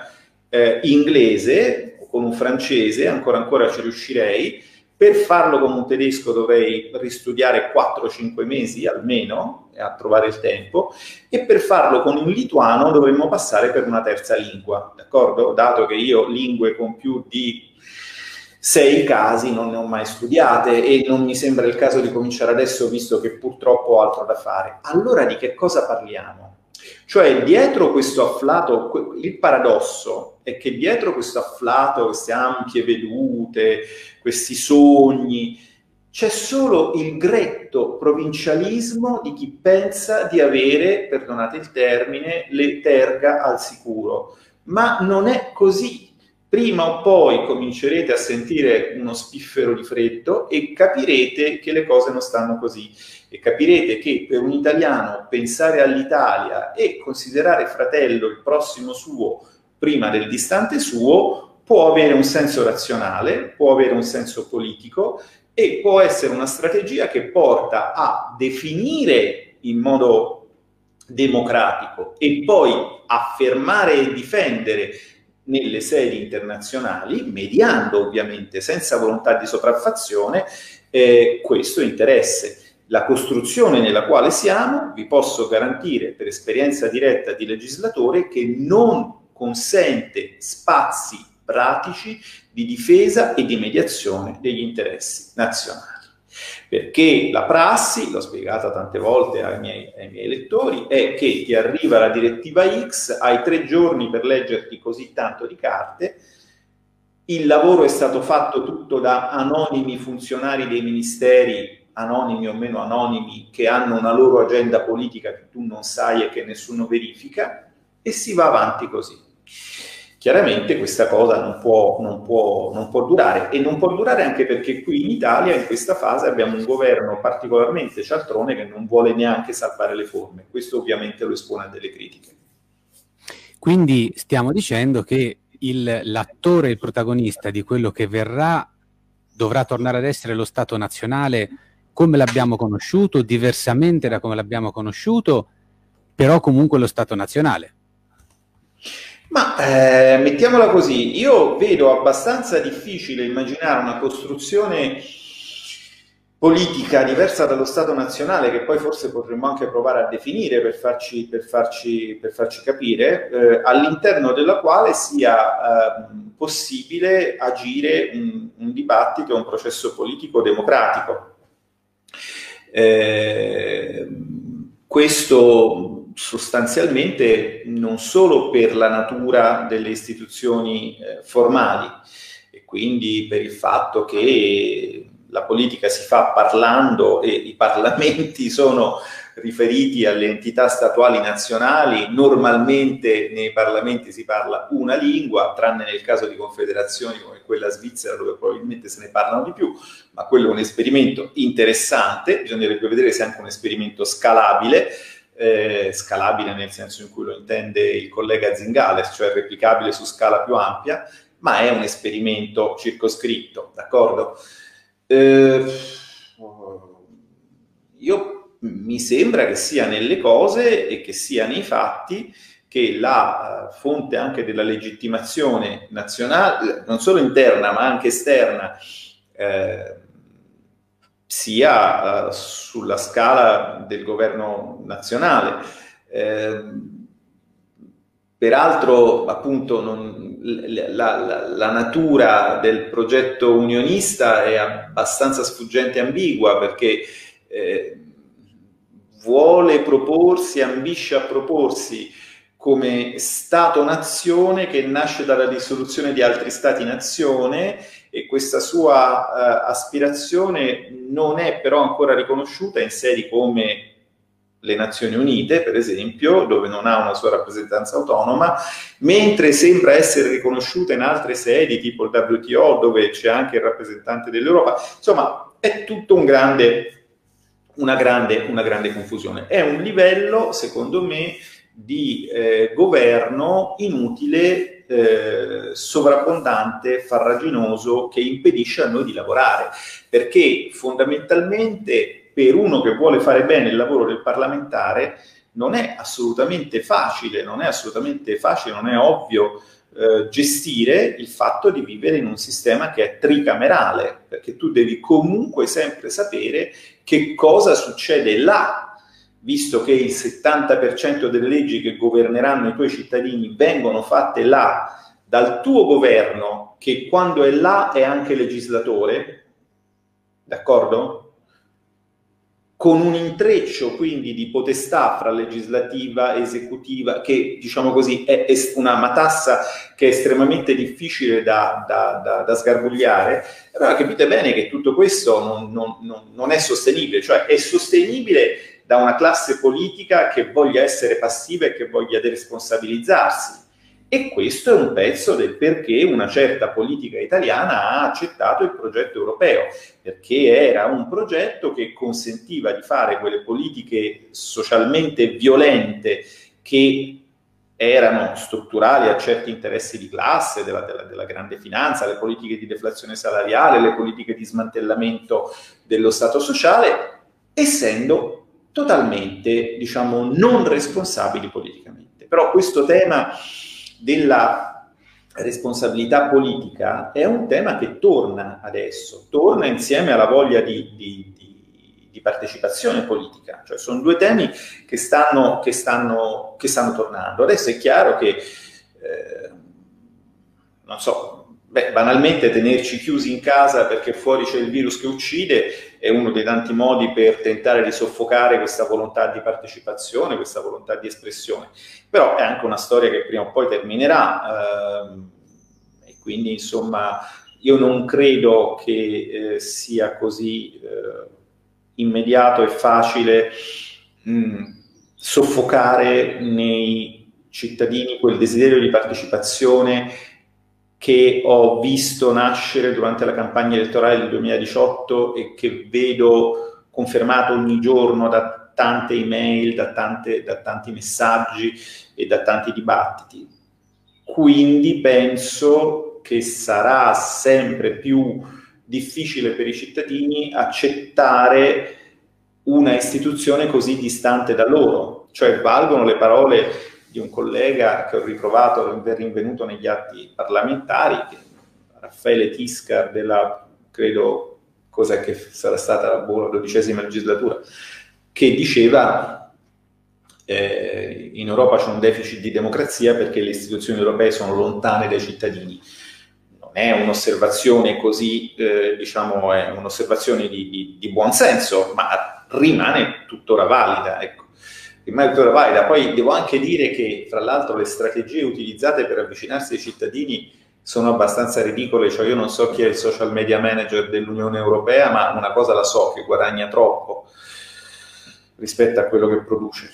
S2: inglese o con un francese, ancora ci riuscirei. Per farlo con un tedesco dovrei ristudiare 4-5 mesi almeno a trovare il tempo, e per farlo con un lituano dovremmo passare per una terza lingua, d'accordo? Dato che io lingue con più di 6 casi non ne ho mai studiate, e non mi sembra il caso di cominciare adesso, visto che purtroppo ho altro da fare. Allora di che cosa parliamo? Cioè, dietro questo afflato, il paradosso è che dietro questo afflato, queste ampie vedute, questi sogni, c'è solo il gretto provincialismo di chi pensa di avere, perdonate il termine, le terga al sicuro. Ma non è così. Prima o poi comincerete a sentire uno spiffero di freddo e capirete che le cose non stanno così. E capirete che per un italiano pensare all'Italia e considerare fratello il prossimo suo prima del distante suo può avere un senso razionale, può avere un senso politico, e può essere una strategia che porta a definire in modo democratico e poi affermare e difendere nelle sedi internazionali, mediando ovviamente senza volontà di sopraffazione, questo interesse. La costruzione nella quale siamo, vi posso garantire per esperienza diretta di legislatore, che non consente spazi pratici di difesa e di mediazione degli interessi nazionali. Perché la prassi, l'ho spiegata tante volte ai miei lettori, è che ti arriva la direttiva X, hai 3 giorni per leggerti così tanto di carte, il lavoro è stato fatto tutto da anonimi funzionari dei ministeri, anonimi o meno anonimi, che hanno una loro agenda politica che tu non sai e che nessuno verifica, e si va avanti così. Chiaramente questa cosa non può durare, e non può durare anche perché qui in Italia in questa fase abbiamo un governo particolarmente cialtrone che non vuole neanche salvare le forme. Questo ovviamente lo espone a delle critiche.
S1: Quindi stiamo dicendo che l'attore, il protagonista di quello che verrà dovrà tornare ad essere lo Stato nazionale come l'abbiamo conosciuto, diversamente da come l'abbiamo conosciuto, però comunque lo Stato nazionale.
S2: Ma mettiamola così, io vedo abbastanza difficile immaginare una costruzione politica diversa dallo Stato nazionale, che poi forse potremmo anche provare a definire per farci capire, all'interno della quale sia possibile agire un dibattito, un processo politico democratico. Questo sostanzialmente non solo per la natura delle istituzioni formali, e quindi per il fatto che la politica si fa parlando e i parlamenti sono riferiti alle entità statuali nazionali. Normalmente nei parlamenti si parla una lingua, tranne nel caso di confederazioni come quella svizzera, dove probabilmente se ne parlano di più, ma quello è un esperimento interessante, bisognerebbe vedere se è anche un esperimento scalabile, scalabile nel senso in cui lo intende il collega Zingales, cioè replicabile su scala più ampia, ma è un esperimento circoscritto, d'accordo? Io mi sembra che sia nelle cose e che sia nei fatti che la fonte anche della legittimazione nazionale, non solo interna ma anche esterna, sia sulla scala del governo nazionale. Peraltro, appunto, la natura del progetto unionista è abbastanza sfuggente e ambigua, perché vuole proporsi, ambisce a proporsi come Stato-nazione che nasce dalla dissoluzione di altri Stati-nazione, e questa sua aspirazione non è però ancora riconosciuta in sedi come le Nazioni Unite, per esempio, dove non ha una sua rappresentanza autonoma, mentre sembra essere riconosciuta in altre sedi, tipo il WTO, dove c'è anche il rappresentante dell'Europa. Insomma, è tutto una grande confusione. È un livello, secondo me, di governo inutile, sovrabbondante, farraginoso, che impedisce a noi di lavorare, perché fondamentalmente per uno che vuole fare bene il lavoro del parlamentare non è assolutamente facile, non è ovvio gestire il fatto di vivere in un sistema che è tricamerale, perché tu devi comunque sempre sapere che cosa succede là, visto che il 70% delle leggi che governeranno i tuoi cittadini vengono fatte là dal tuo governo, che quando è là è anche legislatore, d'accordo? Con un intreccio quindi di potestà fra legislativa e esecutiva, che diciamo così è una matassa che è estremamente difficile da sgarbugliare. Allora capite bene che tutto questo non è sostenibile, cioè è sostenibile da una classe politica che voglia essere passiva e che voglia deresponsabilizzarsi. E questo è un pezzo del perché una certa politica italiana ha accettato il progetto europeo, perché era un progetto che consentiva di fare quelle politiche socialmente violente che erano strutturali a certi interessi di classe, della grande finanza, le politiche di deflazione salariale, le politiche di smantellamento dello Stato sociale, essendo totalmente, diciamo, non responsabili politicamente. Però questo tema della responsabilità politica è un tema che torna adesso, torna insieme alla voglia di partecipazione politica, cioè sono due temi che stanno tornando. Adesso è chiaro che, non so, banalmente tenerci chiusi in casa perché fuori c'è il virus che uccide è uno dei tanti modi per tentare di soffocare questa volontà di partecipazione, questa volontà di espressione. Però è anche una storia che prima o poi terminerà, e quindi insomma io non credo che sia così immediato e facile soffocare nei cittadini quel desiderio di partecipazione che ho visto nascere durante la campagna elettorale del 2018 e che vedo confermato ogni giorno da tante email, da tanti messaggi e da tanti dibattiti. Quindi penso che sarà sempre più difficile per i cittadini accettare una istituzione così distante da loro. Cioè valgono le parole di un collega che ho ritrovato rinvenuto negli atti parlamentari, Raffaele Tiscar della, credo, cos'è che sarà stata la 12ª legislatura, che diceva in Europa c'è un deficit di democrazia perché le istituzioni europee sono lontane dai cittadini. Non è un'osservazione così, diciamo, è un'osservazione di buon senso, ma rimane tuttora valida, ecco. Poi devo anche dire che, fra l'altro, le strategie utilizzate per avvicinarsi ai cittadini sono abbastanza ridicole. Cioè, io non so chi è il social media manager dell'Unione Europea, ma una cosa la so, che guadagna troppo rispetto a quello che produce.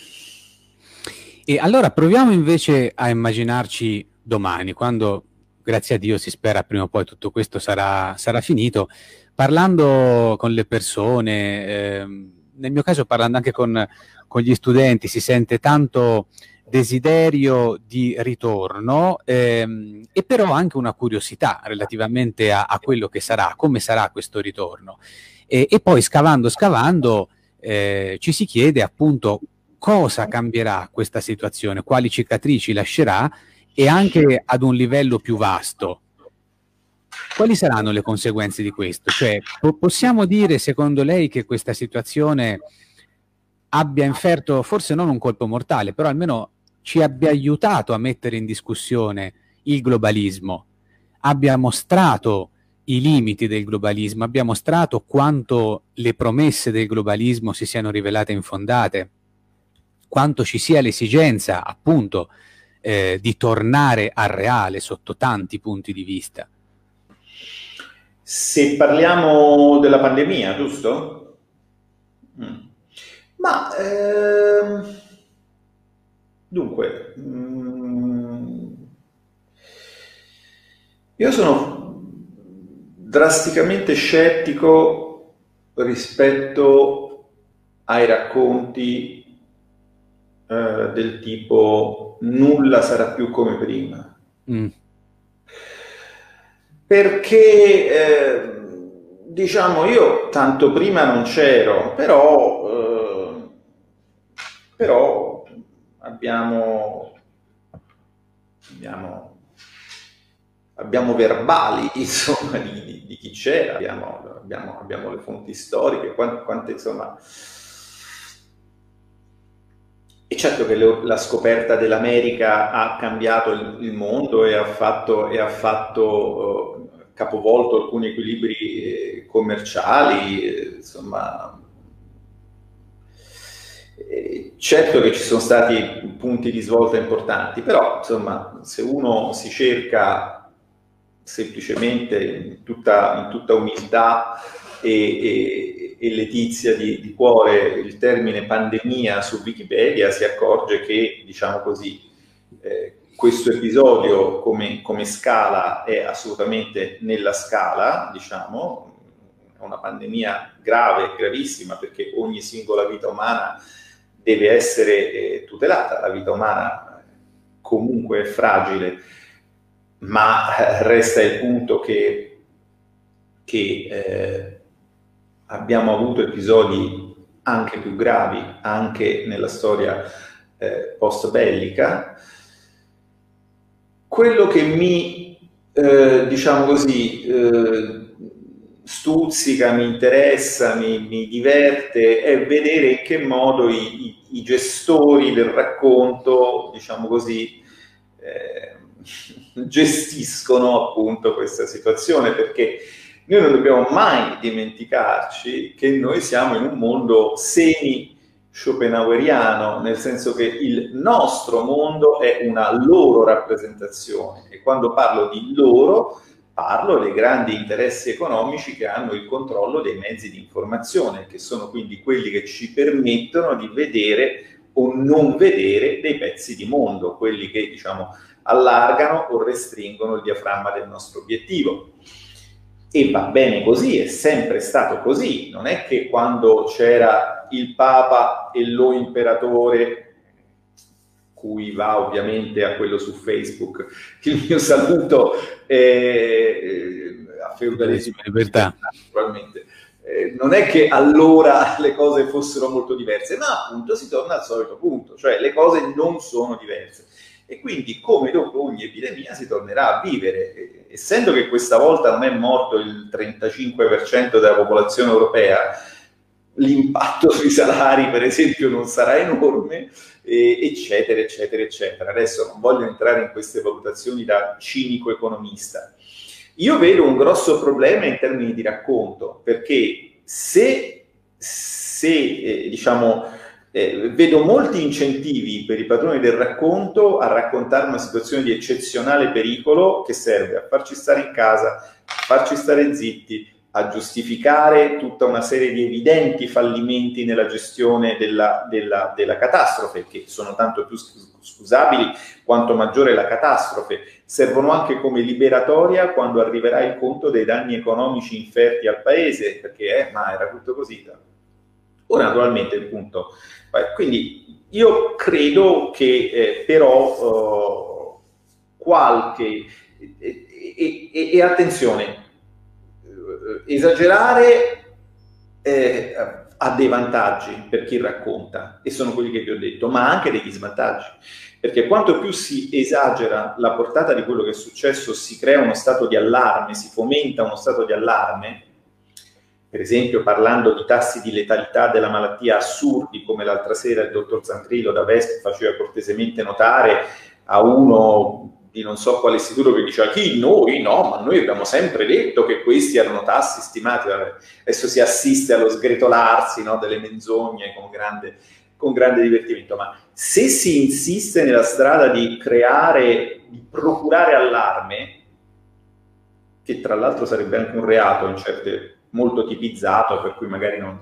S1: E allora proviamo invece a immaginarci domani, quando, grazie a Dio, si spera prima o poi tutto questo sarà finito, parlando con le persone, nel mio caso parlando anche con gli studenti, si sente tanto desiderio di ritorno e però anche una curiosità relativamente a quello che sarà, come sarà questo ritorno. E poi scavando ci si chiede appunto cosa cambierà questa situazione, quali cicatrici lascerà e anche ad un livello più vasto. Quali saranno le conseguenze di questo? Cioè, possiamo dire, secondo lei, che questa situazione abbia inferto, forse non un colpo mortale, però almeno ci abbia aiutato a mettere in discussione il globalismo, abbia mostrato i limiti del globalismo, abbia mostrato quanto le promesse del globalismo si siano rivelate infondate, quanto ci sia l'esigenza, appunto, di tornare al reale sotto tanti punti di vista.
S2: Se parliamo della pandemia, giusto? Ma dunque, io sono drasticamente scettico rispetto ai racconti del tipo nulla sarà più come prima. Perché diciamo, io tanto prima non c'ero, però abbiamo verbali, insomma, di chi c'era, abbiamo le fonti storiche, quante insomma. E certo che la scoperta dell'America ha cambiato il mondo e ha fatto capovolto alcuni equilibri commerciali, insomma. Certo che ci sono stati punti di svolta importanti, però insomma, se uno si cerca semplicemente in tutta umiltà e letizia di cuore il termine pandemia su Wikipedia, si accorge che, diciamo così, questo episodio come scala è assolutamente nella scala, diciamo, è una pandemia grave, gravissima, perché ogni singola vita umana deve essere tutelata. La vita umana comunque è fragile, ma resta il punto che abbiamo avuto episodi anche più gravi, anche nella storia post bellica. Quello che mi, diciamo così, stuzzica, mi interessa, mi diverte, è vedere in che modo i gestori del racconto, diciamo così, gestiscono appunto questa situazione, perché noi non dobbiamo mai dimenticarci che noi siamo in un mondo semi-schopenhaueriano, nel senso che il nostro mondo è una loro rappresentazione, e quando parlo di loro parlo dei grandi interessi economici che hanno il controllo dei mezzi di informazione, che sono quindi quelli che ci permettono di vedere o non vedere dei pezzi di mondo, quelli che, diciamo, allargano o restringono il diaframma del nostro obiettivo. E va bene così, è sempre stato così. Non è che quando c'era il Papa e lo imperatore, cui va ovviamente a quello su Facebook il mio saluto, a feudalesimo e libertà, naturalmente, non è che allora le cose fossero molto diverse, ma appunto si torna al solito punto, cioè le cose non sono diverse. E quindi, come dopo ogni epidemia, si tornerà a vivere. Essendo che questa volta non è morto il 35% della popolazione europea, l'impatto sui salari, per esempio, non sarà enorme, eccetera, eccetera, eccetera. Adesso non voglio entrare in queste valutazioni da cinico economista. Io vedo un grosso problema in termini di racconto, perché diciamo, vedo molti incentivi per i padroni del racconto a raccontare una situazione di eccezionale pericolo che serve a farci stare in casa, a farci stare zitti, a giustificare tutta una serie di evidenti fallimenti nella gestione della catastrofe, che sono tanto più scusabili quanto maggiore la catastrofe. Servono anche come liberatoria quando arriverà il conto dei danni economici inferti al paese, perché ma era tutto così. Ora naturalmente il punto, quindi io credo che però qualche, e attenzione, esagerare ha dei vantaggi per chi racconta, e sono quelli che vi ho detto, ma anche degli svantaggi, perché quanto più si esagera la portata di quello che è successo, si crea uno stato di allarme, si fomenta uno stato di allarme, per esempio parlando di tassi di letalità della malattia assurdi, come l'altra sera il dottor Zangrillo da Vesp faceva cortesemente notare a uno di non so quale istituto che diceva chi? Noi? No, ma noi abbiamo sempre detto che questi erano tassi stimati. Adesso si assiste allo sgretolarsi, no, delle menzogne con grande divertimento, ma se si insiste nella strada di di procurare allarme, che tra l'altro sarebbe anche un reato in certe molto tipizzato, per cui magari non...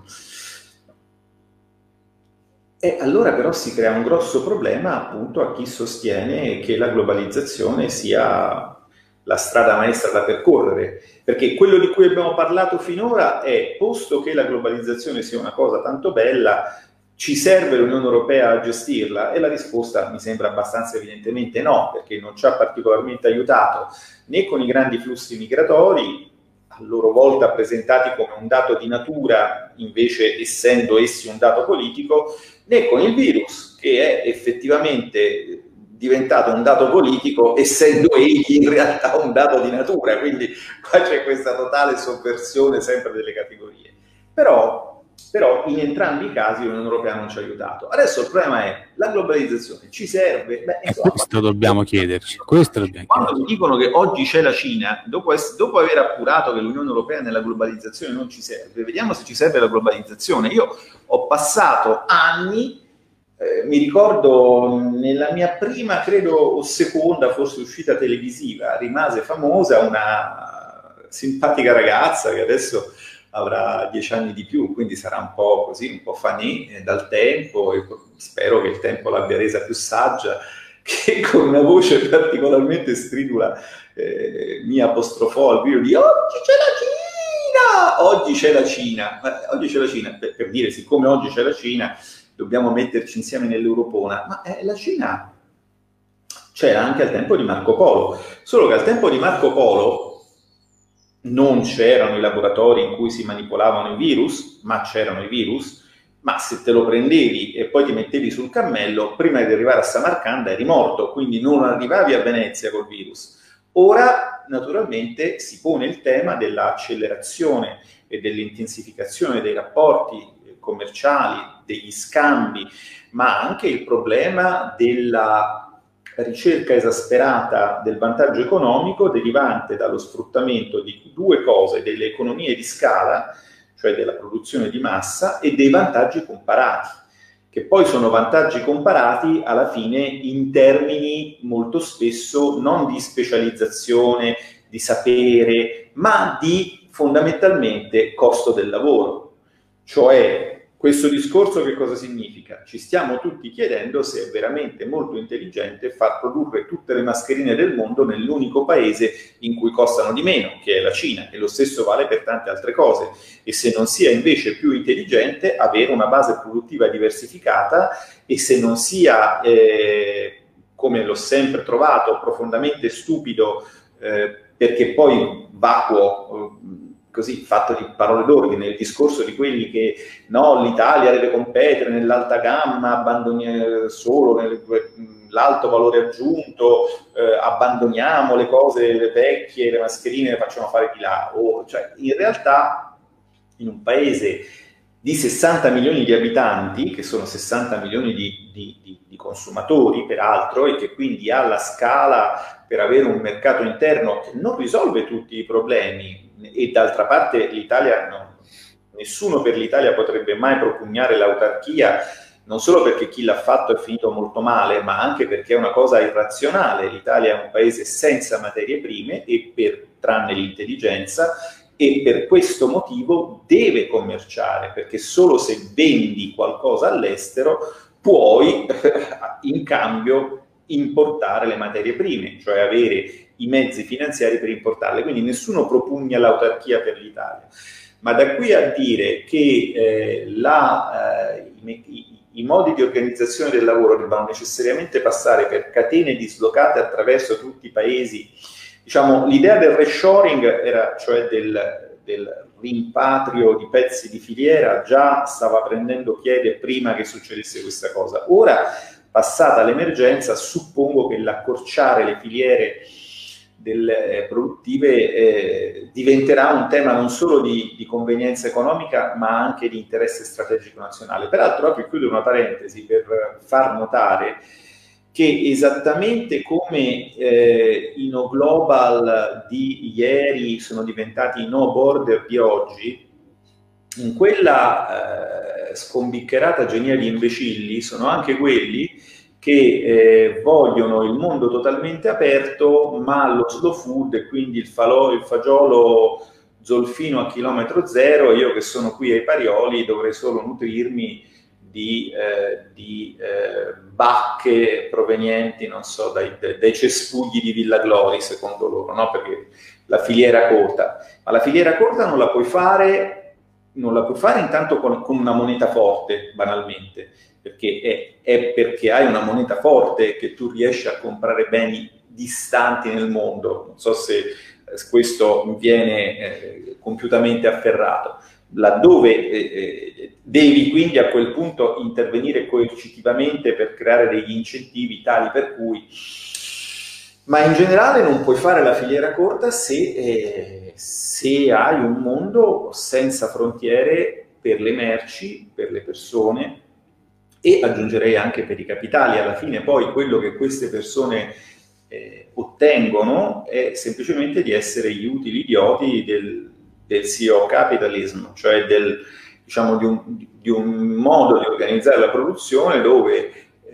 S2: E allora però si crea un grosso problema appunto a chi sostiene che la globalizzazione sia la strada maestra da percorrere, perché quello di cui abbiamo parlato finora è, posto che la globalizzazione sia una cosa tanto bella, ci serve l'Unione Europea a gestirla? E la risposta mi sembra abbastanza evidentemente no, perché non ci ha particolarmente aiutato né con i grandi flussi migratori, a loro volta presentati come un dato di natura, invece essendo essi un dato politico, né con il virus, che è effettivamente diventato un dato politico, essendo egli in realtà un dato di natura, quindi qua c'è questa totale sovversione sempre delle categorie. Però in entrambi i casi l'Unione Europea non ci ha aiutato. Adesso il problema è, la globalizzazione ci serve? Beh, insomma,
S1: questo dobbiamo chiederci.
S2: Quando mi dicono che oggi c'è la Cina, dopo aver appurato che l'Unione Europea nella globalizzazione non ci serve, vediamo se ci serve la globalizzazione. Io ho passato anni, mi ricordo nella mia prima, credo, o seconda, forse uscita televisiva, rimase famosa una simpatica ragazza che adesso avrà 10 anni di più, quindi sarà un po' così, un po' fanì dal tempo, e spero che il tempo l'abbia resa più saggia, che con una voce particolarmente stridula mi apostrofò al video di oggi c'è la Cina! Oggi c'è la Cina. Oggi c'è la Cina, per dire, siccome oggi c'è la Cina, dobbiamo metterci insieme nell'Europona, ma la Cina c'era anche al tempo di Marco Polo, solo che al tempo di Marco Polo non c'erano i laboratori in cui si manipolavano i virus, ma c'erano i virus, ma se te lo prendevi e poi ti mettevi sul cammello, prima di arrivare a Samarcanda eri morto, quindi non arrivavi a Venezia col virus. Ora, naturalmente, si pone il tema dell'accelerazione e dell'intensificazione dei rapporti commerciali, degli scambi, ma anche il problema della ricerca esasperata del vantaggio economico derivante dallo sfruttamento di due cose, delle economie di scala, cioè della produzione di massa, e dei vantaggi comparati, che poi sono vantaggi comparati alla fine in termini molto spesso non di specializzazione, di sapere, ma di fondamentalmente costo del lavoro. Cioè, questo discorso che cosa significa? Ci stiamo tutti chiedendo se è veramente molto intelligente far produrre tutte le mascherine del mondo nell'unico paese in cui costano di meno, che è la Cina, e lo stesso vale per tante altre cose, e se non sia invece più intelligente avere una base produttiva diversificata, e se non sia, come l'ho sempre trovato, profondamente stupido, perché poi vacuo, così, fatto di parole d'ordine, il discorso di quelli che no, l'Italia deve competere nell'alta gamma, abbandoni solo l'alto valore aggiunto, abbandoniamo le cose, le vecchie, le mascherine le facciamo fare di là. Cioè, in realtà, in un paese di 60 milioni di abitanti, che sono 60 milioni di consumatori, peraltro, e che quindi ha la scala per avere un mercato interno che non risolve tutti i problemi, e d'altra parte l'Italia, nessuno per l'Italia potrebbe mai propugnare l'autarchia, non solo perché chi l'ha fatto è finito molto male, ma anche perché è una cosa irrazionale. L'Italia è un paese senza materie prime, tranne l'intelligenza, e per questo motivo deve commerciare, perché solo se vendi qualcosa all'estero puoi in cambio importare le materie prime, cioè avere i mezzi finanziari per importarle. Quindi nessuno propugna l'autarchia per l'Italia. Ma da qui a dire che i modi di organizzazione del lavoro debbano necessariamente passare per catene dislocate attraverso tutti i paesi, diciamo, l'idea del reshoring era, cioè del rimpatrio di pezzi di filiera, già stava prendendo piede prima che succedesse questa cosa. Ora, passata l'emergenza, suppongo che l'accorciare le filiere produttive diventerà un tema non solo di convenienza economica, ma anche di interesse strategico nazionale. Peraltro, proprio chiudo una parentesi per far notare che esattamente come i no global di ieri sono diventati i no border di oggi, in quella scombiccherata genia di imbecilli sono anche quelli che vogliono il mondo totalmente aperto, ma lo slow food, e quindi il fagiolo zolfino a chilometro zero, io che sono qui ai Parioli dovrei solo nutrirmi di bacche provenienti, non so, dai cespugli di Villa Glori, secondo loro, no? Perché la filiera corta. Ma la filiera corta non la puoi fare intanto con una moneta forte, banalmente, perché è perché hai una moneta forte che tu riesci a comprare beni distanti nel mondo. Non so se questo viene compiutamente afferrato, laddove devi quindi a quel punto intervenire coercitivamente per creare degli incentivi tali per cui... Ma in generale non puoi fare la filiera corta se hai un mondo senza frontiere per le merci, per le persone, e aggiungerei anche per i capitali. Alla fine poi quello che queste persone ottengono è semplicemente di essere gli utili idioti del CEO capitalism, cioè diciamo, di un modo di organizzare la produzione dove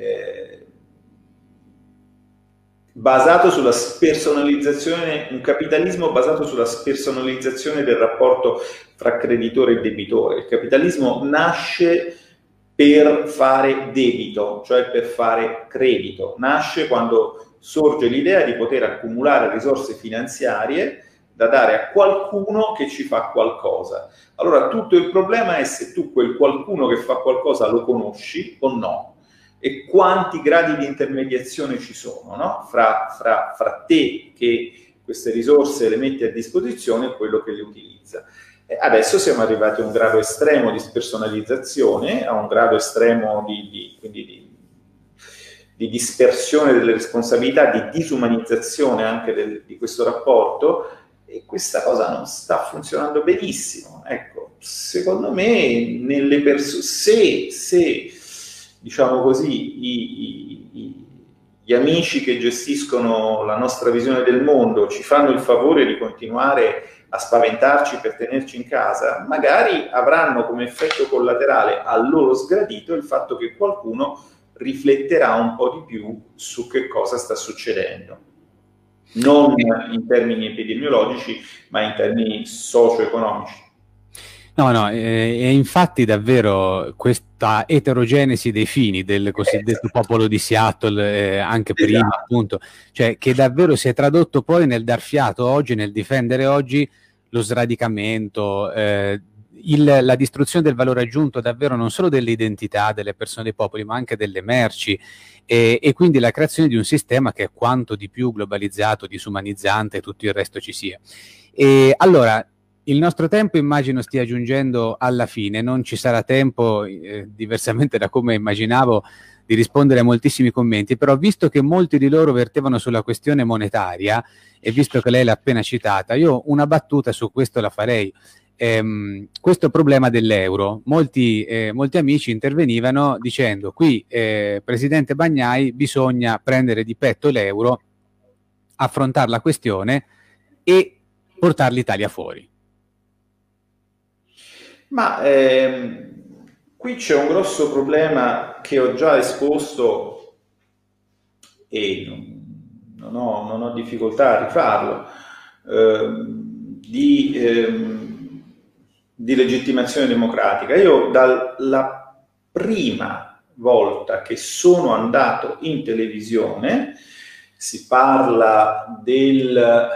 S2: basato sulla spersonalizzazione, un capitalismo basato sulla spersonalizzazione del rapporto fra creditore e debitore. Il capitalismo nasce per fare debito, cioè per fare credito. Nasce quando sorge l'idea di poter accumulare risorse finanziarie da dare a qualcuno che ci fa qualcosa. Allora tutto il problema è se tu quel qualcuno che fa qualcosa lo conosci o no, e quanti gradi di intermediazione ci sono, no? fra te che queste risorse le metti a disposizione e quello che le utilizza. Adesso siamo arrivati a un grado estremo di spersonalizzazione, a un grado estremo quindi di dispersione delle responsabilità, di disumanizzazione anche di questo rapporto, e questa cosa non sta funzionando benissimo. Ecco, secondo me nelle persone, se diciamo così, gli amici che gestiscono la nostra visione del mondo ci fanno il favore di continuare a spaventarci per tenerci in casa, magari avranno come effetto collaterale al loro sgradito il fatto che qualcuno rifletterà un po' di più su che cosa sta succedendo. Non in termini epidemiologici, ma in termini socio-economici.
S1: No, e infatti davvero questa eterogenesi dei fini del cosiddetto popolo di Seattle, anche prima, appunto, cioè che davvero si è tradotto poi nel dar fiato oggi, nel difendere oggi lo sradicamento, la distruzione del valore aggiunto davvero non solo delle identità delle persone, dei popoli, ma anche delle merci, e quindi la creazione di un sistema che è quanto di più globalizzato, disumanizzante e tutto il resto ci sia. E allora, il nostro tempo immagino stia giungendo alla fine, non ci sarà tempo, diversamente da come immaginavo, di rispondere a moltissimi commenti, però visto che molti di loro vertevano sulla questione monetaria e visto che lei l'ha appena citata, io una battuta su questo la farei. Questo problema dell'euro, molti amici intervenivano dicendo qui, Presidente Bagnai, bisogna prendere di petto l'euro, affrontare la questione e portare l'Italia fuori. Ma
S2: qui c'è un grosso problema che ho già esposto e non ho difficoltà a rifarlo, di legittimazione democratica. Io dalla prima volta che sono andato in televisione, si parla del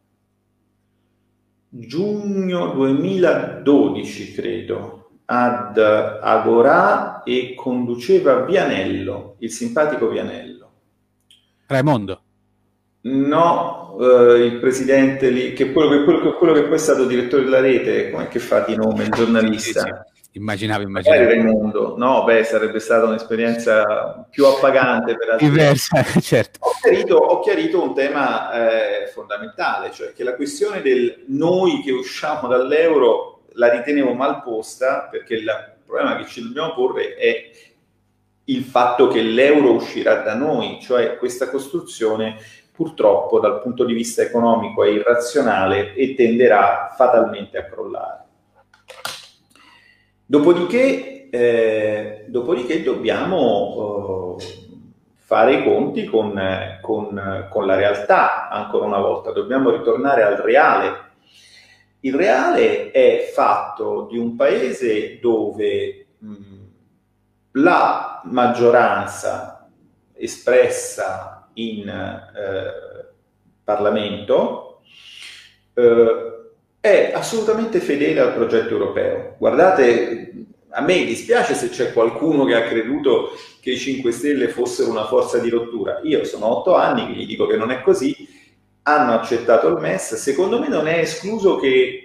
S2: giugno 2012, credo, ad Agorà, e conduceva Vianello, il simpatico Vianello.
S1: Raimondo?
S2: No, il presidente lì, quello che poi è stato direttore della Rete, come che fa di nome, il giornalista.
S1: Immaginavo.
S2: Magari Raimondo, no, beh, sarebbe stata un'esperienza più appagante per altri.
S1: Diversa, certo.
S2: Ho chiarito un tema fondamentale, cioè che la questione del noi che usciamo dall'euro la ritenevo mal posta, perché il problema che ci dobbiamo porre è il fatto che l'euro uscirà da noi, cioè questa costruzione purtroppo dal punto di vista economico è irrazionale e tenderà fatalmente a crollare. Dopodiché dobbiamo fare i conti con la realtà, ancora una volta, dobbiamo ritornare al reale. Il reale è fatto di un paese dove la maggioranza espressa in Parlamento è assolutamente fedele al progetto europeo. Guardate, a me dispiace se c'è qualcuno che ha creduto che i 5 Stelle fossero una forza di rottura. Io sono 8 anni che gli dico che non è così, hanno accettato il MES, secondo me non è escluso che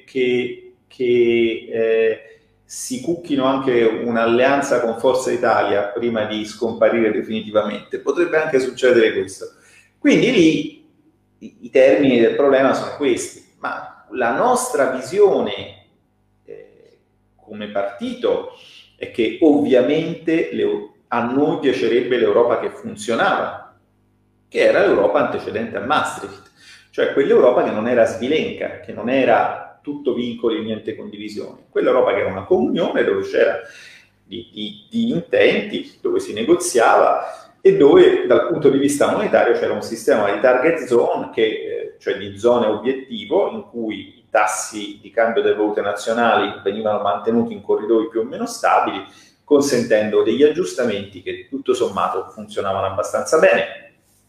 S2: si cucchino anche un'alleanza con Forza Italia prima di scomparire definitivamente, potrebbe anche succedere questo. Quindi lì i termini del problema sono questi, ma la nostra visione come partito è che ovviamente a noi piacerebbe l'Europa che funzionava, che era l'Europa antecedente a Maastricht, cioè quell'Europa che non era svilenca, che non era tutto vincoli e niente condivisione, quell'Europa che era una comunione dove c'era di intenti, dove si negoziava e dove dal punto di vista monetario c'era un sistema di target zone, cioè di zone obiettivo, in cui i tassi di cambio delle valute nazionali venivano mantenuti in corridoi più o meno stabili, consentendo degli aggiustamenti che tutto sommato funzionavano abbastanza bene.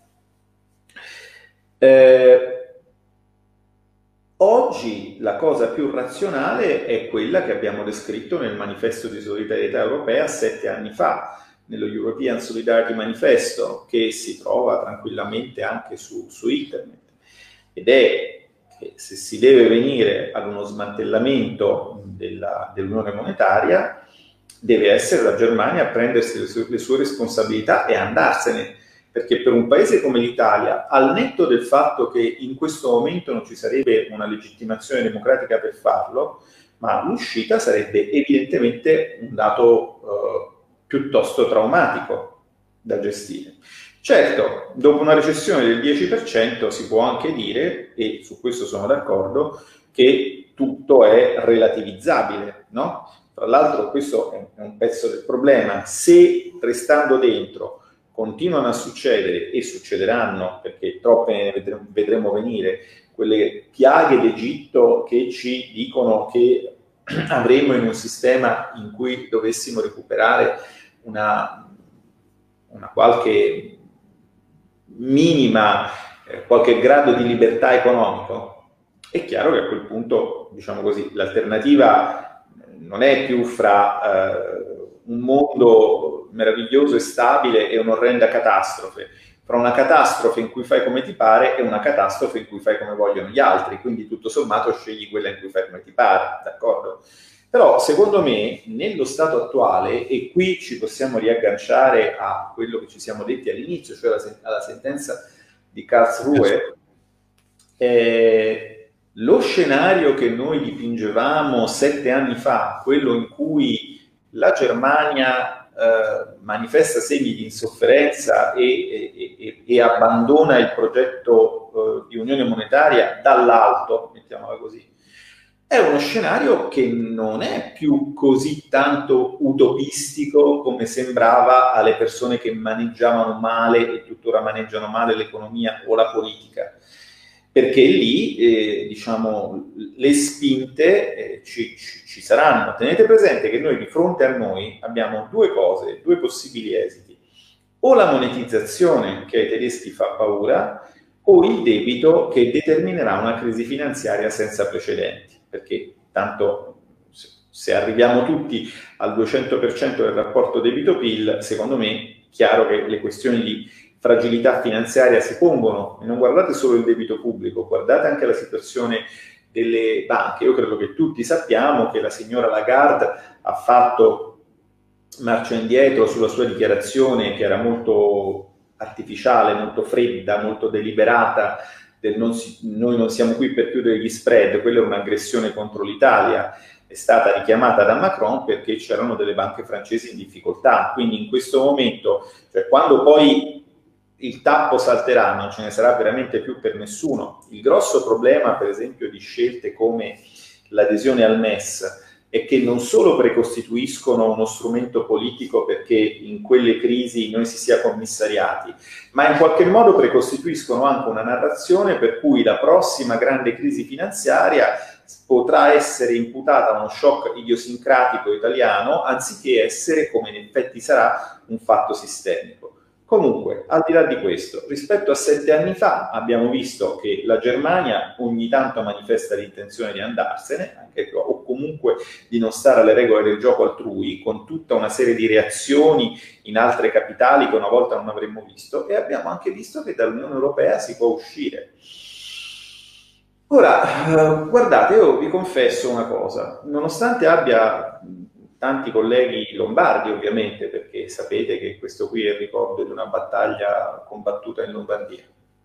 S2: Oggi la cosa più razionale è quella che abbiamo descritto nel manifesto di solidarietà europea 7 anni fa, nello European Solidarity Manifesto, che si trova tranquillamente anche su internet, ed è che se si deve venire ad uno smantellamento dell'unione monetaria, deve essere la Germania a prendersi le sue responsabilità e andarsene, perché per un paese come l'Italia, al netto del fatto che in questo momento non ci sarebbe una legittimazione democratica per farlo, ma l'uscita sarebbe evidentemente un dato piuttosto traumatico da gestire. Certo, dopo una recessione del 10% si può anche dire, e su questo sono d'accordo, che tutto è relativizzabile, no? Tra l'altro questo è un pezzo del problema. Se restando dentro continuano a succedere, e succederanno, perché troppe ne vedremo venire, quelle piaghe d'Egitto che ci dicono che avremo in un sistema in cui dovessimo recuperare una qualche minima, qualche grado di libertà economico, è chiaro che a quel punto, diciamo così, l'alternativa non è più fra un mondo meraviglioso e stabile e un'orrenda catastrofe, fra una catastrofe in cui fai come ti pare e una catastrofe in cui fai come vogliono gli altri, quindi tutto sommato scegli quella in cui fai come ti pare, d'accordo? Però secondo me nello stato attuale, e qui ci possiamo riagganciare a quello che ci siamo detti all'inizio, cioè alla sentenza di Karlsruhe, lo scenario che noi dipingevamo 7 anni fa, quello in cui la Germania manifesta segni di insofferenza e abbandona il progetto di unione monetaria dall'alto, mettiamola così, è uno scenario che non è più così tanto utopistico come sembrava alle persone che maneggiavano male e tuttora maneggiano male l'economia o la politica, perché lì diciamo le spinte ci saranno. Tenete presente che noi di fronte a noi abbiamo due cose, due possibili esiti: o la monetizzazione che ai tedeschi fa paura, o il debito che determinerà una crisi finanziaria senza precedenti, perché tanto se arriviamo tutti al 200% del rapporto debito-PIL, secondo me è chiaro che le questioni di fragilità finanziaria si pongono, e non guardate solo il debito pubblico, guardate anche la situazione delle banche. Io credo che tutti sappiamo che la signora Lagarde ha fatto marcia indietro sulla sua dichiarazione, che era molto artificiale, molto fredda, molto deliberata, noi non siamo qui per chiudere gli spread. Quella è un'aggressione contro l'Italia, è stata richiamata da Macron perché c'erano delle banche francesi in difficoltà. Quindi in questo momento, cioè quando poi il tappo salterà, non ce ne sarà veramente più per nessuno. Il grosso problema, per esempio, di scelte come l'adesione al MES è che non solo precostituiscono uno strumento politico perché in quelle crisi noi si sia commissariati, ma in qualche modo precostituiscono anche una narrazione per cui la prossima grande crisi finanziaria potrà essere imputata a uno shock idiosincratico italiano, anziché essere, come in effetti sarà, un fatto sistemico. Comunque, al di là di questo, rispetto a 7 anni fa abbiamo visto che la Germania ogni tanto manifesta l'intenzione di andarsene, o comunque di non stare alle regole del gioco altrui, con tutta una serie di reazioni in altre capitali che una volta non avremmo visto, e abbiamo anche visto che dall'Unione Europea si può uscire. Ora, guardate, io vi confesso una cosa, nonostante abbia tanti colleghi lombardi, ovviamente, perché sapete che questo qui è il ricordo di una battaglia combattuta in Lombardia.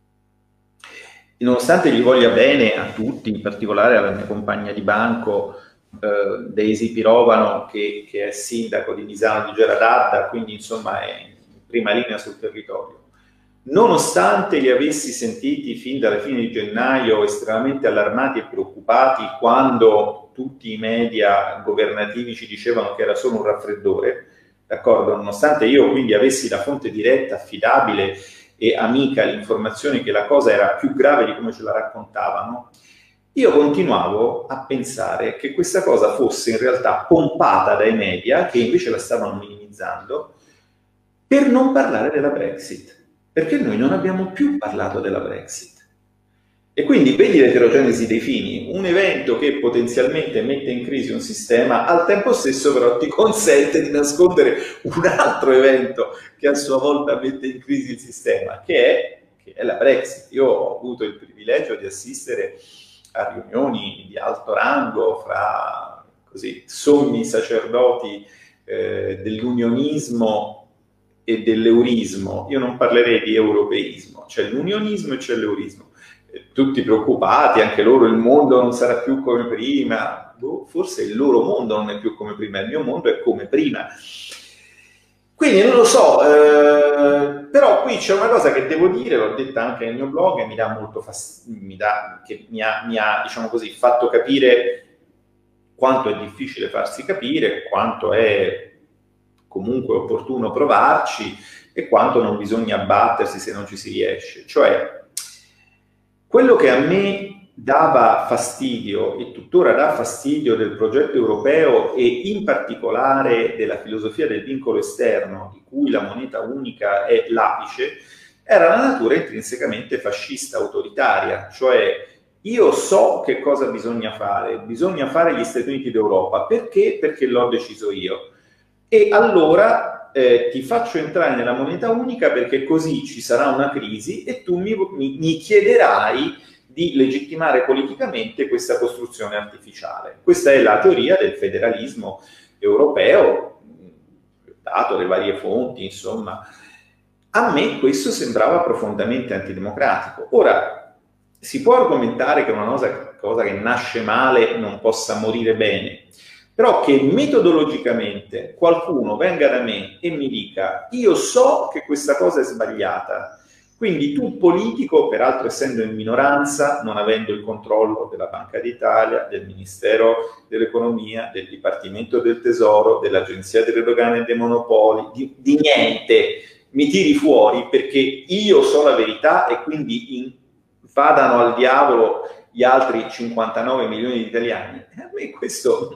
S2: E nonostante gli voglia bene a tutti, in particolare alla mia compagna di banco, Daisy Pirovano, che è sindaco di Misano di Geradadda, quindi insomma è in prima linea sul territorio. Nonostante li avessi sentiti fin dalla fine di gennaio estremamente allarmati e preoccupati quando tutti i media governativi ci dicevano che era solo un raffreddore, d'accordo? Nonostante io quindi avessi la fonte diretta, affidabile e amica l'informazione che la cosa era più grave di come ce la raccontavano, io continuavo a pensare che questa cosa fosse in realtà pompata dai media, che invece la stavano minimizzando, per non parlare della Brexit. Perché noi non abbiamo più parlato della Brexit. E quindi vedi l'eterogenesi dei fini, un evento che potenzialmente mette in crisi un sistema, al tempo stesso però ti consente di nascondere un altro evento che a sua volta mette in crisi il sistema, che è la Brexit. Io ho avuto il privilegio di assistere a riunioni di alto rango fra così sommi sacerdoti dell'unionismo e dell'eurismo. Io non parlerei di europeismo, c'è l'unionismo e c'è l'eurismo. Tutti preoccupati, anche loro, il mondo non sarà più come prima. Forse il loro mondo non è più come prima, il mio mondo è come prima. Quindi non lo so, però qui c'è una cosa che devo dire, l'ho detta anche nel mio blog, e mi dà molto fastidio, che mi ha, diciamo così, fatto capire quanto è difficile farsi capire, quanto è comunque opportuno provarci e quanto non bisogna abbattersi se non ci si riesce. Cioè, quello che a me dava fastidio e tuttora dà fastidio del progetto europeo e in particolare della filosofia del vincolo esterno, di cui la moneta unica è l'apice, era la natura intrinsecamente fascista, autoritaria. Cioè, io so che cosa bisogna fare gli Stati Uniti d'Europa. Perché? Perché l'ho deciso io. E allora ti faccio entrare nella moneta unica perché così ci sarà una crisi e tu mi chiederai di legittimare politicamente questa costruzione artificiale. Questa è la teoria del federalismo europeo, dato le varie fonti, insomma. A me questo sembrava profondamente antidemocratico. Ora, si può argomentare che una cosa che nasce male non possa morire bene, però che metodologicamente qualcuno venga da me e mi dica io so che questa cosa è sbagliata, quindi tu politico, peraltro essendo in minoranza, non avendo il controllo della Banca d'Italia, del Ministero dell'Economia, del Dipartimento del Tesoro, dell'Agenzia delle Dogane e dei Monopoli, di niente, mi tiri fuori perché io so la verità e quindi vadano al diavolo gli altri 59 milioni di italiani. A me questo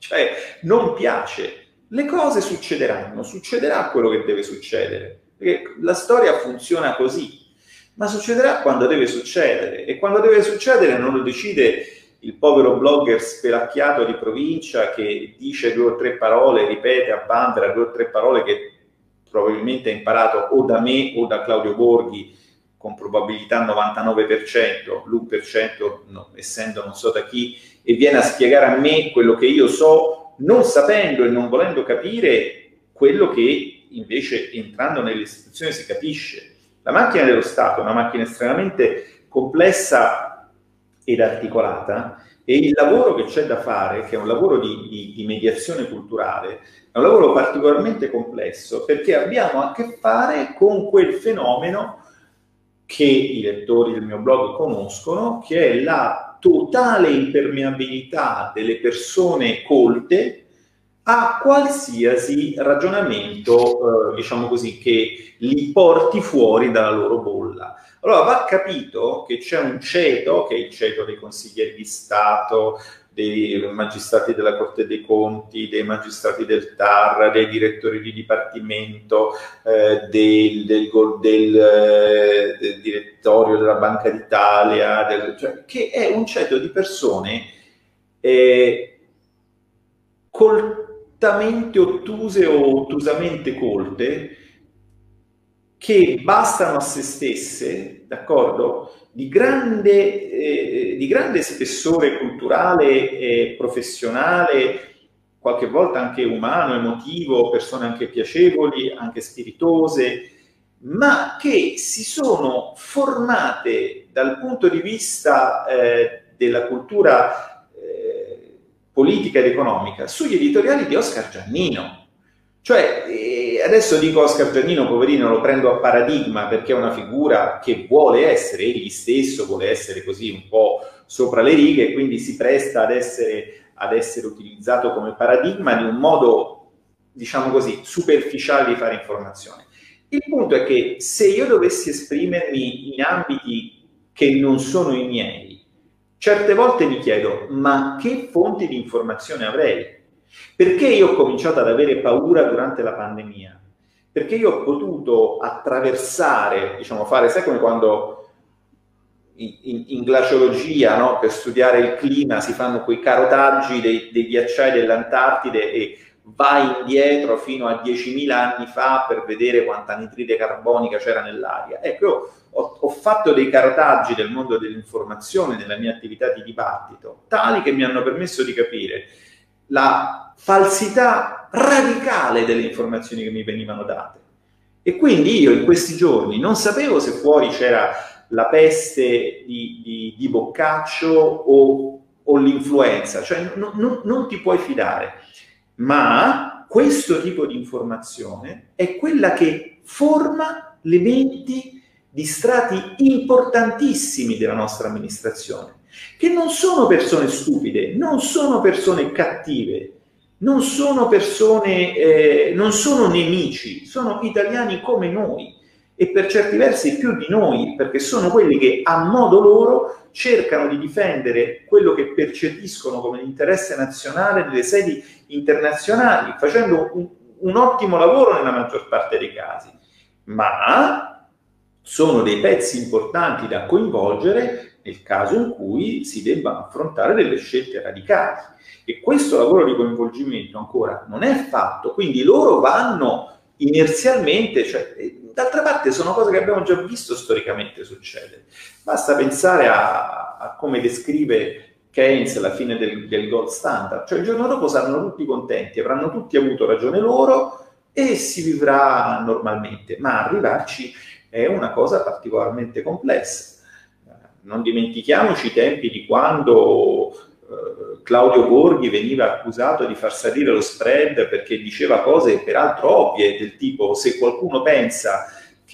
S2: non piace. Le cose succederanno, succederà quello che deve succedere, perché la storia funziona così, ma succederà quando deve succedere, e quando deve succedere non lo decide il povero blogger spelacchiato di provincia che dice 2 o 3 parole, ripete a vanvera 2 o 3 parole che probabilmente ha imparato o da me o da Claudio Borghi con probabilità 99%, l'1% no, essendo non so da chi, e viene a spiegare a me quello che io so, non sapendo e non volendo capire quello che invece entrando nelle istituzioni si capisce. La macchina dello Stato è una macchina estremamente complessa ed articolata, e il lavoro che c'è da fare, che è un lavoro di mediazione culturale, è un lavoro particolarmente complesso, perché abbiamo a che fare con quel fenomeno che i lettori del mio blog conoscono, che è la totale impermeabilità delle persone colte a qualsiasi ragionamento, diciamo così, che li porti fuori dalla loro bolla. Allora va capito che c'è un ceto, che è il ceto dei consiglieri di Stato, dei magistrati della Corte dei Conti, dei magistrati del TAR, dei direttori di dipartimento, del direttorio della Banca d'Italia, cioè, che è un ceto di persone coltamente ottuse o ottusamente colte, che bastano a se stesse, d'accordo? Di grande spessore culturale e professionale, qualche volta anche umano, emotivo, persone anche piacevoli, anche spiritose, ma che si sono formate dal punto di vista della cultura politica ed economica sugli editoriali di Oscar Giannino. Cioè, adesso dico Oscar Giannino, poverino, lo prendo a paradigma perché è una figura che vuole essere, egli stesso vuole essere così un po' sopra le righe, quindi si presta ad essere utilizzato come paradigma di un modo, diciamo così, superficiale di fare informazione. Il punto è che se io dovessi esprimermi in ambiti che non sono i miei, certe volte mi chiedo, ma che fonti di informazione avrei? Perché io ho cominciato ad avere paura durante la pandemia? Perché io ho potuto attraversare, diciamo, fare, sai come quando in glaciologia, no, per studiare il clima si fanno quei carotaggi dei ghiacciai dell'Antartide e vai indietro fino a 10.000 anni fa per vedere quanta anidride carbonica c'era nell'aria. Ecco, io ho fatto dei carotaggi del mondo dell'informazione nella mia attività di dibattito, tali che mi hanno permesso di capire la falsità radicale delle informazioni che mi venivano date. E quindi io in questi giorni non sapevo se fuori c'era la peste di Boccaccio o l'influenza, cioè non ti puoi fidare. Ma questo tipo di informazione è quella che forma le menti di strati importantissimi della nostra amministrazione, che non sono persone stupide, non sono persone cattive, non sono persone, non sono nemici, sono italiani come noi e per certi versi più di noi, perché sono quelli che a modo loro cercano di difendere quello che percepiscono come l'interesse nazionale nelle sedi internazionali, facendo un ottimo lavoro nella maggior parte dei casi, ma sono dei pezzi importanti da coinvolgere nel caso in cui si debbano affrontare delle scelte radicali. E questo lavoro di coinvolgimento ancora non è fatto, quindi loro vanno inerzialmente, cioè, d'altra parte sono cose che abbiamo già visto storicamente succedere. Basta pensare a come descrive Keynes alla fine del gold standard, cioè il giorno dopo saranno tutti contenti, avranno tutti avuto ragione loro e si vivrà normalmente, ma arrivarci è una cosa particolarmente complessa. Non dimentichiamoci i tempi di quando Claudio Borghi veniva accusato di far salire lo spread perché diceva cose peraltro ovvie, del tipo: se qualcuno pensa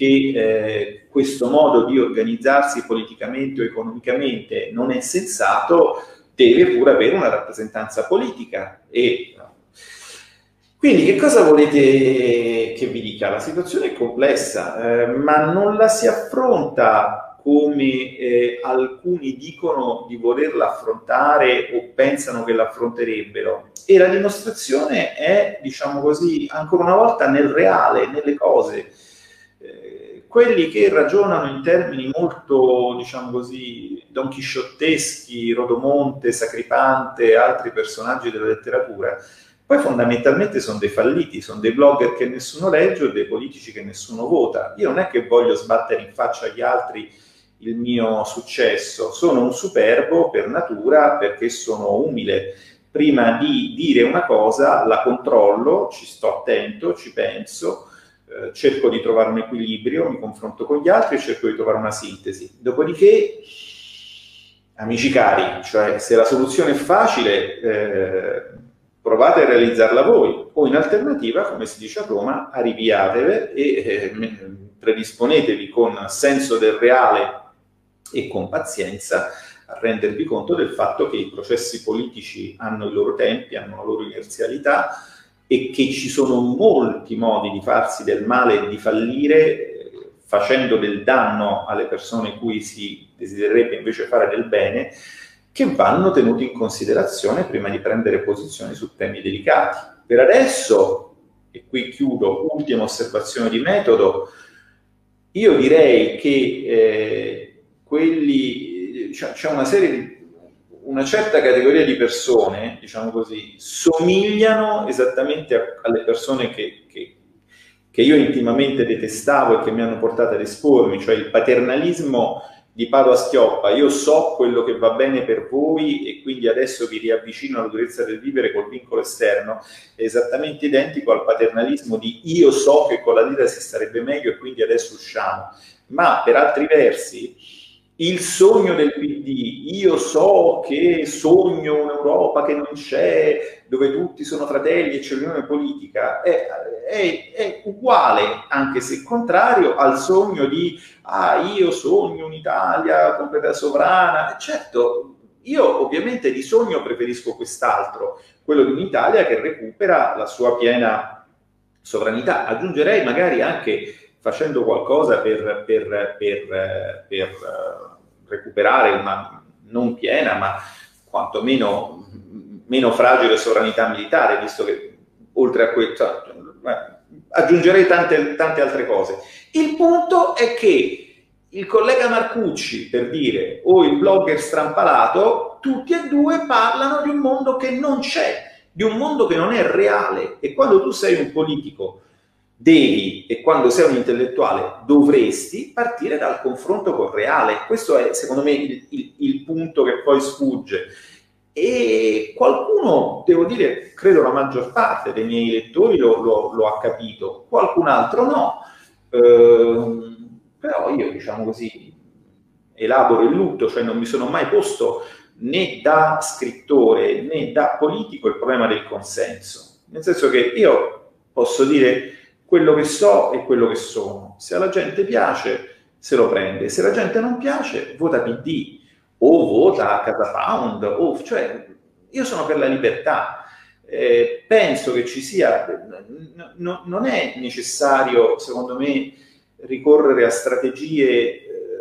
S2: che questo modo di organizzarsi politicamente o economicamente non è sensato, deve pure avere una rappresentanza politica. E quindi che cosa volete che vi dica? La situazione è complessa, ma non la si affronta come alcuni dicono di volerla affrontare o pensano che la affronterebbero. E la dimostrazione è, diciamo così, ancora una volta nel reale, nelle cose. Quelli che ragionano in termini molto, diciamo così, donchisciotteschi, Rodomonte, Sacripante, altri personaggi della letteratura, poi fondamentalmente sono dei falliti, sono dei blogger che nessuno legge o dei politici che nessuno vota. Io non è che voglio sbattere in faccia agli altri il mio successo, sono un superbo per natura perché sono umile. Prima di dire una cosa la controllo, ci sto attento, ci penso, cerco di trovare un equilibrio, mi confronto con gli altri e cerco di trovare una sintesi. Dopodiché, amici cari, cioè se la soluzione è facile, provate a realizzarla voi, o in alternativa, come si dice a Roma, arriviatevi e predisponetevi con senso del reale e con pazienza a rendervi conto del fatto che i processi politici hanno i loro tempi, hanno la loro inerzialità e che ci sono molti modi di farsi del male e di fallire facendo del danno alle persone cui si desidererebbe invece fare del bene, che vanno tenuti in considerazione prima di prendere posizioni su temi delicati. Per adesso, e qui chiudo, ultima osservazione di metodo, io direi che c'è una certa categoria di persone, diciamo così, somigliano esattamente alle persone che io intimamente detestavo e che mi hanno portato ad espormi, cioè il paternalismo di Padoa-Schioppa. Io so quello che va bene per voi e quindi adesso vi riavvicino alla durezza del vivere col vincolo esterno, è esattamente identico al paternalismo di io so che con la lira si starebbe meglio e quindi adesso usciamo. Ma per altri versi il sogno del PD, io so che sogno un'Europa che non c'è, dove tutti sono fratelli e c'è l'unione politica, è uguale, anche se contrario, al sogno di io sogno un'Italia completa sovrana. Certo, io ovviamente di sogno preferisco quest'altro, quello di un'Italia che recupera la sua piena sovranità. Aggiungerei magari anche facendo qualcosa per recuperare una non piena, ma quantomeno meno fragile sovranità militare, visto che oltre a questo aggiungerei tante altre cose. Il punto è che il collega Marcucci, per dire, o il blogger Strampalato, tutti e due parlano di un mondo che non c'è, di un mondo che non è reale, e quando tu sei un politico devi, e quando sei un intellettuale dovresti partire dal confronto col reale. Questo è secondo me il punto che poi sfugge, e qualcuno, devo dire, credo la maggior parte dei miei lettori lo ha capito, qualcun altro no, però io, diciamo così, elaboro il lutto, cioè non mi sono mai posto né da scrittore né da politico il problema del consenso, nel senso che io posso dire quello che so e quello che sono. Se alla gente piace, se lo prende. Se la gente non piace, vota PD o vota Casa Pound. Cioè, io sono per la libertà. Penso che ci sia... non è necessario, secondo me, ricorrere a strategie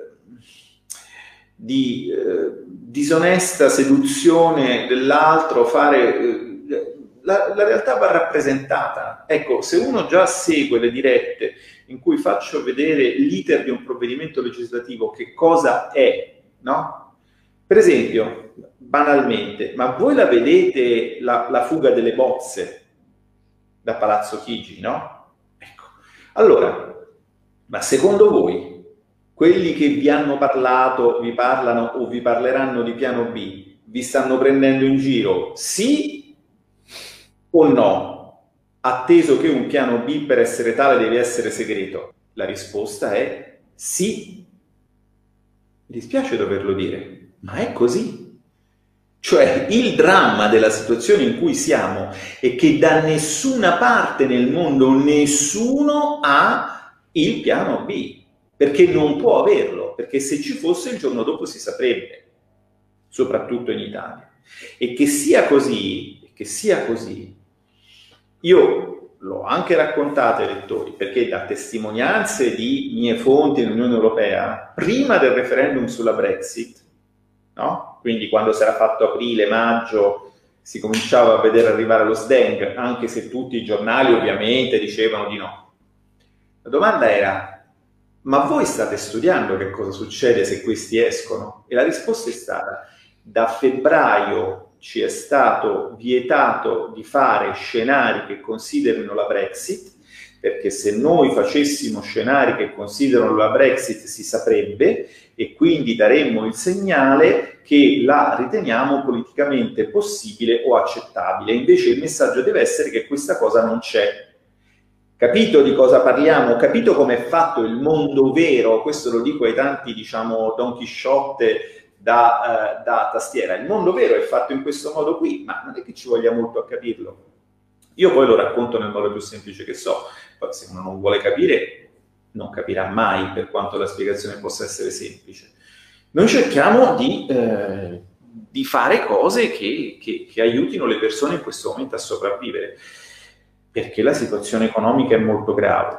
S2: di disonesta seduzione dell'altro, fare... La realtà va rappresentata. Ecco, se uno già segue le dirette in cui faccio vedere l'iter di un provvedimento legislativo, che cosa è, no? Per esempio, banalmente, ma voi la vedete la fuga delle bozze da Palazzo Chigi, no? Ecco. Allora, ma secondo voi, quelli che vi hanno parlato, vi parlano o vi parleranno di piano B, vi stanno prendendo in giro? Sì o no, atteso che un piano B per essere tale deve essere segreto? La risposta è sì. Mi dispiace doverlo dire, ma è così. Cioè, il dramma della situazione in cui siamo è che da nessuna parte nel mondo nessuno ha il piano B, perché non può averlo, perché se ci fosse il giorno dopo si saprebbe, soprattutto in Italia. E che sia così, io l'ho anche raccontato ai lettori, perché da testimonianze di mie fonti nell'Unione Europea, prima del referendum sulla Brexit, no? Quindi quando si era fatto aprile, maggio, si cominciava a vedere arrivare lo SDENG, anche se tutti i giornali ovviamente dicevano di no. La domanda era, ma voi state studiando che cosa succede se questi escono? E la risposta è stata, da febbraio ci è stato vietato di fare scenari che considerino la Brexit, perché se noi facessimo scenari che considerano la Brexit si saprebbe, e quindi daremmo il segnale che la riteniamo politicamente possibile o accettabile. Invece il messaggio deve essere che questa cosa non c'è. Capito di cosa parliamo? Capito come è fatto il mondo vero? Questo lo dico ai tanti, diciamo, Don Chisciotte da tastiera. Il mondo vero è fatto in questo modo qui, ma non è che ci voglia molto a capirlo. Io poi lo racconto nel modo più semplice che so. Poi se uno non vuole capire, non capirà mai, per quanto la spiegazione possa essere semplice. Noi cerchiamo di fare cose che aiutino le persone in questo momento a sopravvivere, perché la situazione economica è molto grave.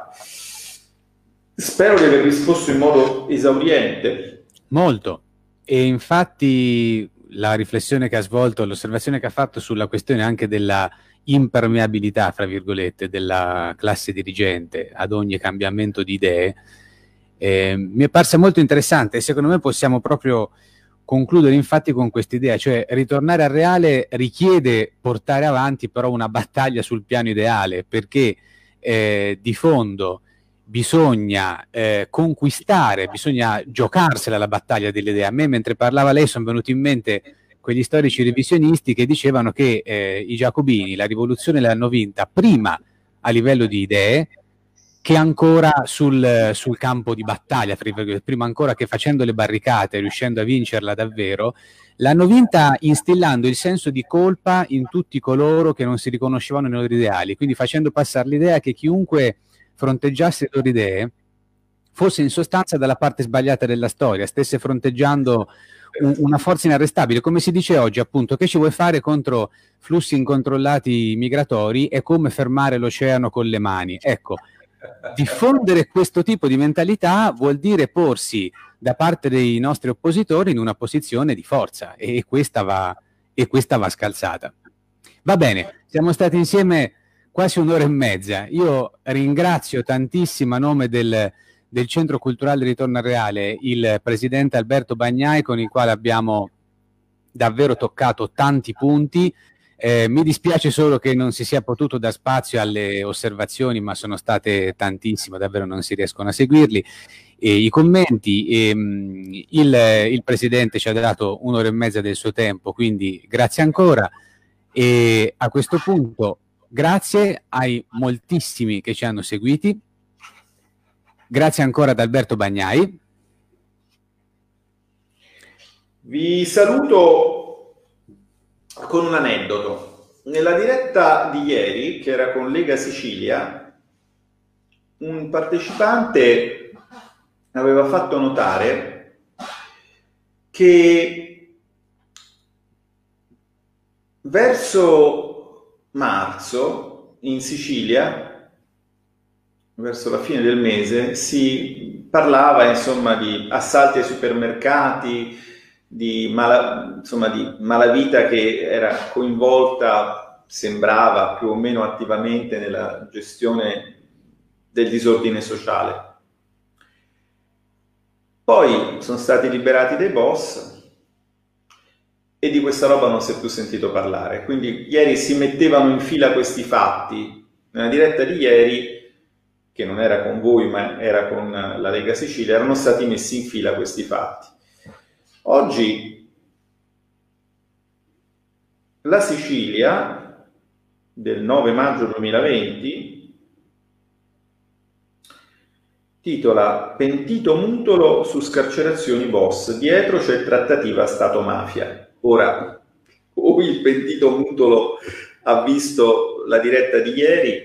S2: Spero di aver risposto in modo esauriente.
S1: Molto. E infatti la riflessione che ha svolto, l'osservazione che ha fatto sulla questione anche della impermeabilità, fra virgolette, della classe dirigente ad ogni cambiamento di idee, mi è parsa molto interessante, e secondo me possiamo proprio concludere infatti con questa idea, cioè ritornare al reale richiede portare avanti però una battaglia sul piano ideale, perché di fondo bisogna conquistare, bisogna giocarsela la battaglia delle idee. A me mentre parlava lei sono venuti in mente quegli storici revisionisti che dicevano che i giacobini la rivoluzione l'hanno vinta prima a livello di idee che ancora sul campo di battaglia, prima ancora che facendo le barricate, riuscendo a vincerla davvero. L'hanno vinta instillando il senso di colpa in tutti coloro che non si riconoscevano nei loro ideali, quindi facendo passare l'idea che chiunque fronteggiasse le loro idee fosse in sostanza dalla parte sbagliata della storia, stesse fronteggiando una forza inarrestabile. Come si dice oggi, appunto, che ci vuoi fare contro flussi incontrollati migratori? È come fermare l'oceano con le mani. Ecco, diffondere questo tipo di mentalità vuol dire porsi da parte dei nostri oppositori in una posizione di forza, e questa va scalzata. Va bene, siamo stati insieme quasi un'ora e mezza. Io ringrazio tantissimo a nome del Centro Culturale Ritorno al Reale il presidente Alberto Bagnai, con il quale abbiamo davvero toccato tanti punti. Mi dispiace solo che non si sia potuto dar spazio alle osservazioni, ma sono state tantissime, davvero non si riescono a seguirli. I commenti, il presidente ci ha dato un'ora e mezza del suo tempo, quindi grazie ancora. E a questo punto grazie ai moltissimi che ci hanno seguiti. Grazie ancora ad Alberto Bagnai.
S2: Vi saluto con un aneddoto. Nella diretta di ieri, che era con Lega Sicilia, un partecipante aveva fatto notare che verso marzo in Sicilia, verso la fine del mese, si parlava insomma di assalti ai supermercati, di malavita che era coinvolta, sembrava più o meno attivamente, nella gestione del disordine sociale. Poi sono stati liberati dei boss e di questa roba non si è più sentito parlare. Quindi ieri si mettevano in fila questi fatti. Nella diretta di ieri, che non era con voi ma era con la Lega Sicilia, erano stati messi in fila questi fatti. Oggi la Sicilia del 9 maggio 2020 titola "Pentito Mutolo su scarcerazioni boss, dietro c'è trattativa Stato-mafia". Ora, o il pentito Mutolo ha visto la diretta di ieri,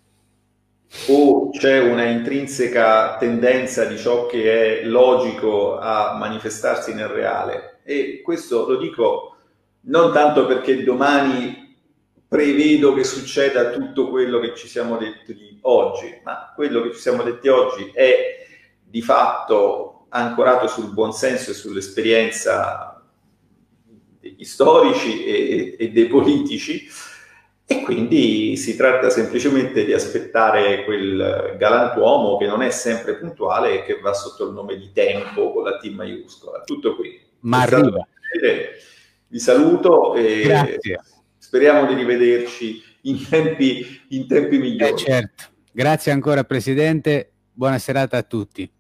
S2: o c'è una intrinseca tendenza di ciò che è logico a manifestarsi nel reale. E questo lo dico non tanto perché domani prevedo che succeda tutto quello che ci siamo detti oggi, ma quello che ci siamo detti oggi è di fatto ancorato sul buonsenso e sull'esperienza degli storici e dei politici. E quindi si tratta semplicemente di aspettare quel galantuomo che non è sempre puntuale e che va sotto il nome di tempo con la T maiuscola. Tutto qui.
S1: Ma arriva.
S2: Vi saluto e
S1: Grazie.
S2: speriamo di rivederci in tempi migliori.
S1: Certo. Grazie ancora Presidente, buona serata a tutti.